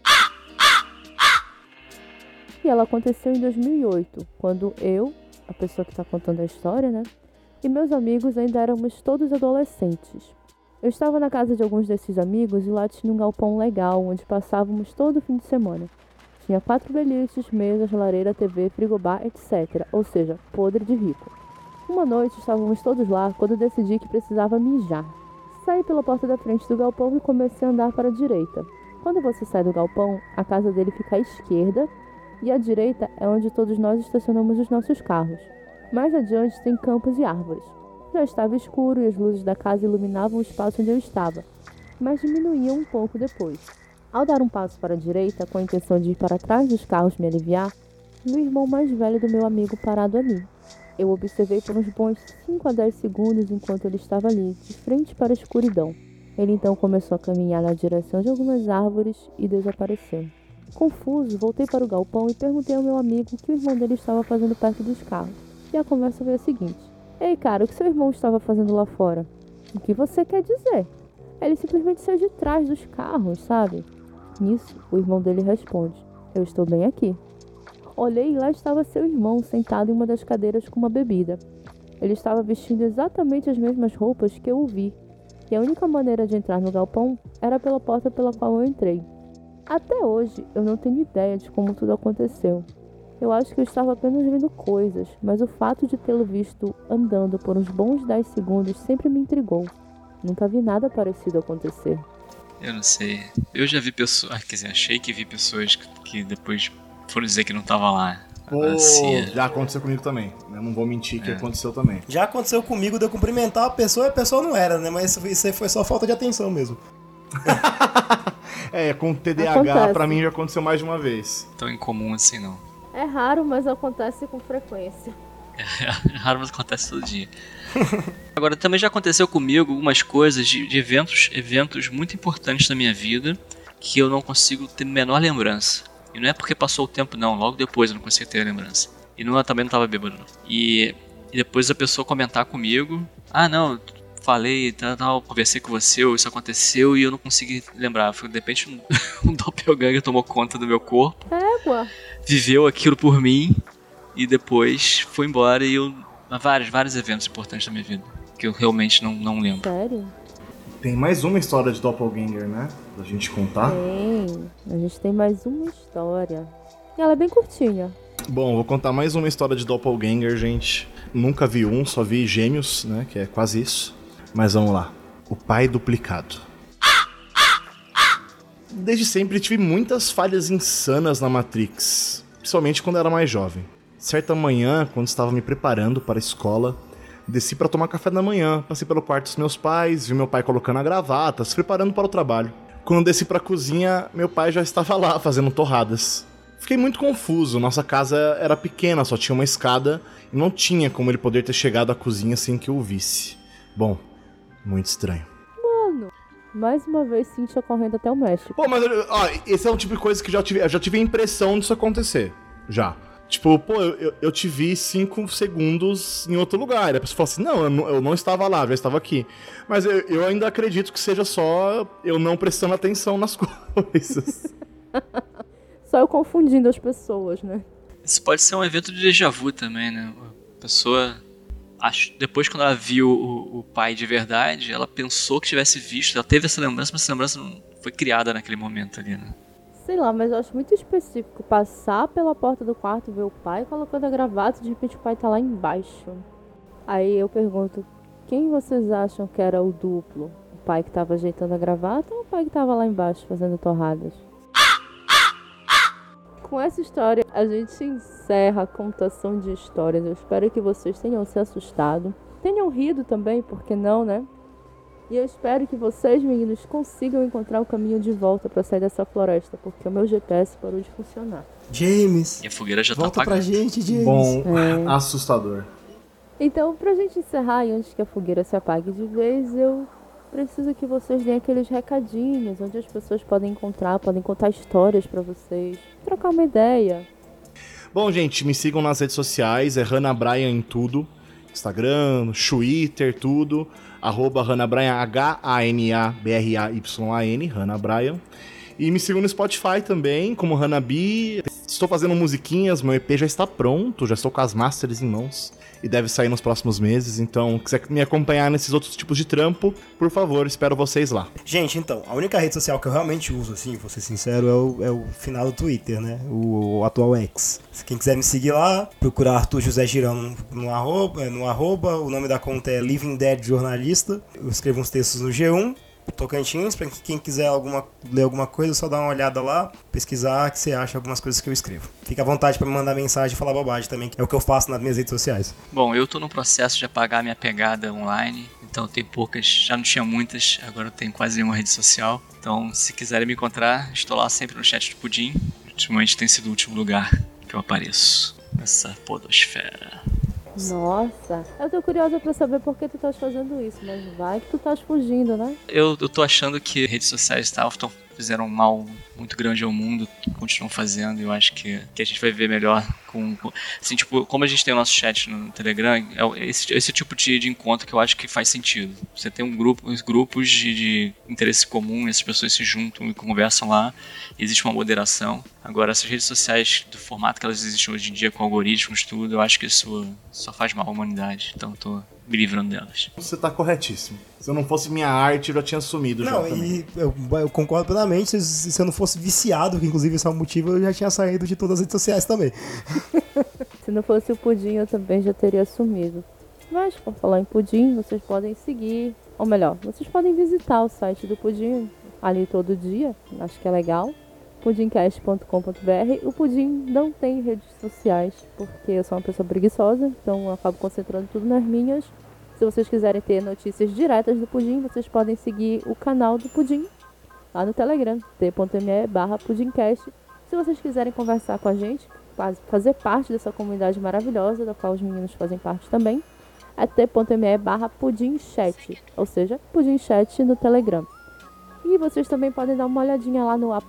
E ela aconteceu em 2008, quando eu, a pessoa que está contando a história, né? E meus amigos ainda éramos todos adolescentes. Eu estava na casa de alguns desses amigos e lá tinha um galpão legal, onde passávamos todo fim de semana. Tinha 4 beliches, mesas, lareira, TV, frigobar, etc. Ou seja, podre de rico. Uma noite estávamos todos lá quando decidi que precisava mijar. Saí pela porta da frente do galpão e comecei a andar para a direita. Quando você sai do galpão, a casa dele fica à esquerda e à direita é onde todos nós estacionamos os nossos carros. Mais adiante tem campos e árvores. Já estava escuro e as luzes da casa iluminavam o espaço onde eu estava, mas diminuíam um pouco depois. Ao dar um passo para a direita, com a intenção de ir para trás dos carros me aliviar, vi o irmão mais velho do meu amigo parado ali. Eu observei por uns bons 5 a 10 segundos enquanto ele estava ali, de frente para a escuridão. Ele então começou a caminhar na direção de algumas árvores e desapareceu. Confuso, voltei para o galpão e perguntei ao meu amigo o que o irmão dele estava fazendo perto dos carros. E a conversa foi a seguinte: "Ei, cara, o que seu irmão estava fazendo lá fora?" "O que você quer dizer?" "Ele simplesmente saiu de trás dos carros, sabe?" Nisso, o irmão dele responde: "Eu estou bem aqui." Olhei e lá estava seu irmão sentado em uma das cadeiras com uma bebida. Ele estava vestindo exatamente as mesmas roupas que eu o vi, e a única maneira de entrar no galpão era pela porta pela qual eu entrei. Até hoje, eu não tenho ideia de como tudo aconteceu. Eu acho que eu estava apenas vendo coisas, mas o fato de tê-lo visto andando por uns bons 10 segundos sempre me intrigou. Nunca vi nada parecido acontecer. Eu não sei. Eu já vi pessoas... Quer dizer, achei que vi pessoas que depois foram dizer que não tava lá. Já aconteceu comigo também. Eu não vou mentir que aconteceu também. Já aconteceu comigo de eu cumprimentar a pessoa e a pessoa não era, né? Mas isso aí foi só falta de atenção mesmo. Com TDAH Acontece. pra mim já aconteceu mais de uma vez. Tão incomum assim, não. É raro, mas acontece com frequência. É raro, mas acontece todo dia. Agora, também já aconteceu comigo algumas coisas de eventos muito importantes na minha vida que eu não consigo ter a menor lembrança. E não é porque passou o tempo, não. Logo depois eu não consigo ter a lembrança. E também não tava bêbado, não. E depois a pessoa comentar comigo: "Ah, não, falei, tal, conversei com você, ou isso aconteceu", e eu não consegui lembrar. De repente um doppelganger tomou conta do meu corpo, viveu aquilo por mim, e depois foi embora, e eu... Vários eventos importantes da minha vida que eu realmente não lembro. Sério? Tem mais uma história de doppelganger, né? Pra gente contar. Tem. A gente tem mais uma história. E ela é bem curtinha. Bom, vou contar mais uma história de doppelganger, gente. Nunca vi um, só vi gêmeos, né? Que é quase isso. Mas vamos lá. O pai duplicado. Desde sempre tive muitas falhas insanas na Matrix. Principalmente quando era mais jovem. Certa manhã, quando estava me preparando para a escola, desci para tomar café da manhã, passei pelo quarto dos meus pais, vi meu pai colocando a gravata, se preparando para o trabalho. Quando desci para a cozinha, meu pai já estava lá fazendo torradas. Fiquei muito confuso, nossa casa era pequena, só tinha uma escada e não tinha como ele poder ter chegado à cozinha sem que eu o visse. Bom, muito estranho. Mano, mais uma vez Cíntia correndo até o México. Pô, mas ó, esse é um tipo de coisa que eu já tive a impressão disso acontecer. Já. Tipo, pô, eu te vi 5 segundos em outro lugar. A pessoa fala assim, não, eu não estava lá, já estava aqui. Mas eu ainda acredito que seja só eu não prestando atenção nas coisas. Só eu confundindo as pessoas, né? Isso pode ser um evento de déjà vu também, né? A pessoa, depois quando ela viu o pai de verdade, ela pensou que tivesse visto, ela teve essa lembrança, mas essa lembrança não foi criada naquele momento ali, né? Sei lá, mas eu acho muito específico passar pela porta do quarto, ver o pai colocando a gravata e de repente o pai tá lá embaixo. Aí eu pergunto, quem vocês acham que era o duplo? O pai que tava ajeitando a gravata ou o pai que tava lá embaixo fazendo torradas? Com essa história, a gente encerra a contação de histórias. Eu espero que vocês tenham se assustado, tenham rido também, por que não, né? E eu espero que vocês, meninos, consigam encontrar o caminho de volta pra sair dessa floresta, porque o meu GPS parou de funcionar. James, E a fogueira já volta tá pra apagando. gente, James. Bom, assustador. Então, pra gente encerrar e antes que a fogueira se apague de vez, eu preciso que vocês deem aqueles recadinhos onde as pessoas podem encontrar, podem contar histórias pra vocês, trocar uma ideia. Bom, gente, me sigam nas redes sociais, é Hannah Bryan em tudo. Instagram, Twitter, tudo. @Hannah Bryan, HANABRAYAN, Hannah Bryan. E me sigam no Spotify também, como Hannah B. Estou fazendo musiquinhas, meu EP já está pronto, já estou com as masters em mãos. E deve sair nos próximos meses, então, se quiser me acompanhar nesses outros tipos de trampo, por favor, espero vocês lá. Gente, então, a única rede social que eu realmente uso, assim, vou ser sincero, é o final do Twitter, né? O atual X. Se quem quiser me seguir lá, procurar Arthur José Girão no arroba, o nome da conta é Living Dead Jornalista. Eu escrevo uns textos no G1. Tocantins, pra quem quiser ler alguma coisa, só dá uma olhada lá, pesquisar, que você acha algumas coisas que eu escrevo. Fica à vontade pra me mandar mensagem e falar bobagem também, que é o que eu faço nas minhas redes sociais. Bom, eu tô no processo de apagar minha pegada online, então tem poucas, já não tinha muitas, agora eu tenho quase nenhuma rede social. Então, se quiserem me encontrar, estou lá sempre no chat do Pudim. Ultimamente tem sido o último lugar que eu apareço nessa podosfera. Nossa, eu tô curiosa pra saber por que tu estás fazendo isso, mas vai que tu estás fugindo, né? Eu tô achando que redes sociais fizeram um mal muito grande ao mundo, continuam fazendo, e eu acho que a gente vai ver melhor assim, tipo, como a gente tem o nosso chat no Telegram, é esse tipo de encontro que eu acho que faz sentido. Você tem uns grupos de interesse comum, essas pessoas se juntam e conversam lá, e existe uma moderação. Agora, essas redes sociais, do formato que elas existem hoje em dia, com algoritmos, tudo, eu acho que isso só faz mal à humanidade, então eu tô me livrando delas. Você tá corretíssimo. Se eu não fosse minha arte, eu já tinha sumido. Não, e eu concordo plenamente. Se eu não fosse viciado, que inclusive esse é o motivo, eu já tinha saído de todas as redes sociais também. Se não fosse o Pudim, eu também já teria sumido. Mas, por falar em Pudim, vocês podem seguir, ou melhor, vocês podem visitar o site do Pudim ali todo dia, acho que é legal, pudimcast.com.br. O Pudim não tem redes sociais, porque eu sou uma pessoa preguiçosa, então eu acabo concentrando tudo nas minhas. Se vocês quiserem ter notícias diretas do Pudim, vocês podem seguir o canal do Pudim lá no Telegram, t.me/pudimcast. Se vocês quiserem conversar com a gente, fazer parte dessa comunidade maravilhosa, da qual os meninos fazem parte também, é t.me/pudimchat, ou seja, pudimchat no Telegram. E vocês também podem dar uma olhadinha lá no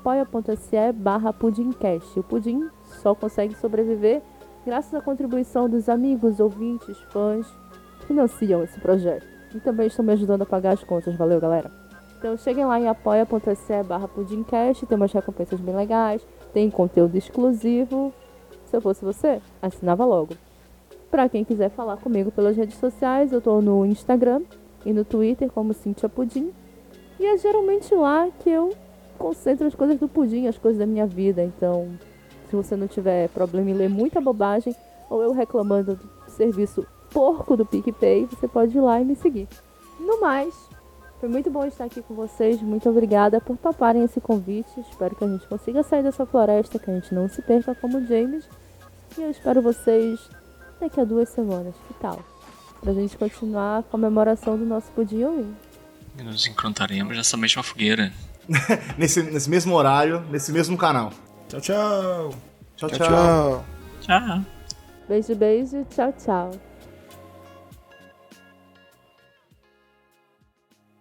apoia.se/pudimcast. O Pudim só consegue sobreviver graças à contribuição dos amigos, ouvintes, fãs que financiam esse projeto. E também estão me ajudando a pagar as contas. Valeu, galera! Então cheguem lá em apoia.se/pudimcast, tem umas recompensas bem legais, tem conteúdo exclusivo. Se eu fosse você, assinava logo. Pra quem quiser falar comigo pelas redes sociais, eu tô no Instagram e no Twitter como Cíntia Pudim. E é geralmente lá que eu concentro as coisas do Pudim, as coisas da minha vida. Então, se você não tiver problema em ler muita bobagem, ou eu reclamando do serviço porco do PicPay, você pode ir lá e me seguir. No mais, foi muito bom estar aqui com vocês. Muito obrigada por toparem esse convite. Espero que a gente consiga sair dessa floresta, que a gente não se perca como James. E eu espero vocês daqui a 2 semanas. Que tal? Pra gente continuar a comemoração do nosso pudim Halloween. E nos encontraremos nessa mesma fogueira. nesse mesmo horário, nesse mesmo canal. Tchau, tchau. Tchau, Tchau. Tchau. Beijo, beijo. Tchau, tchau.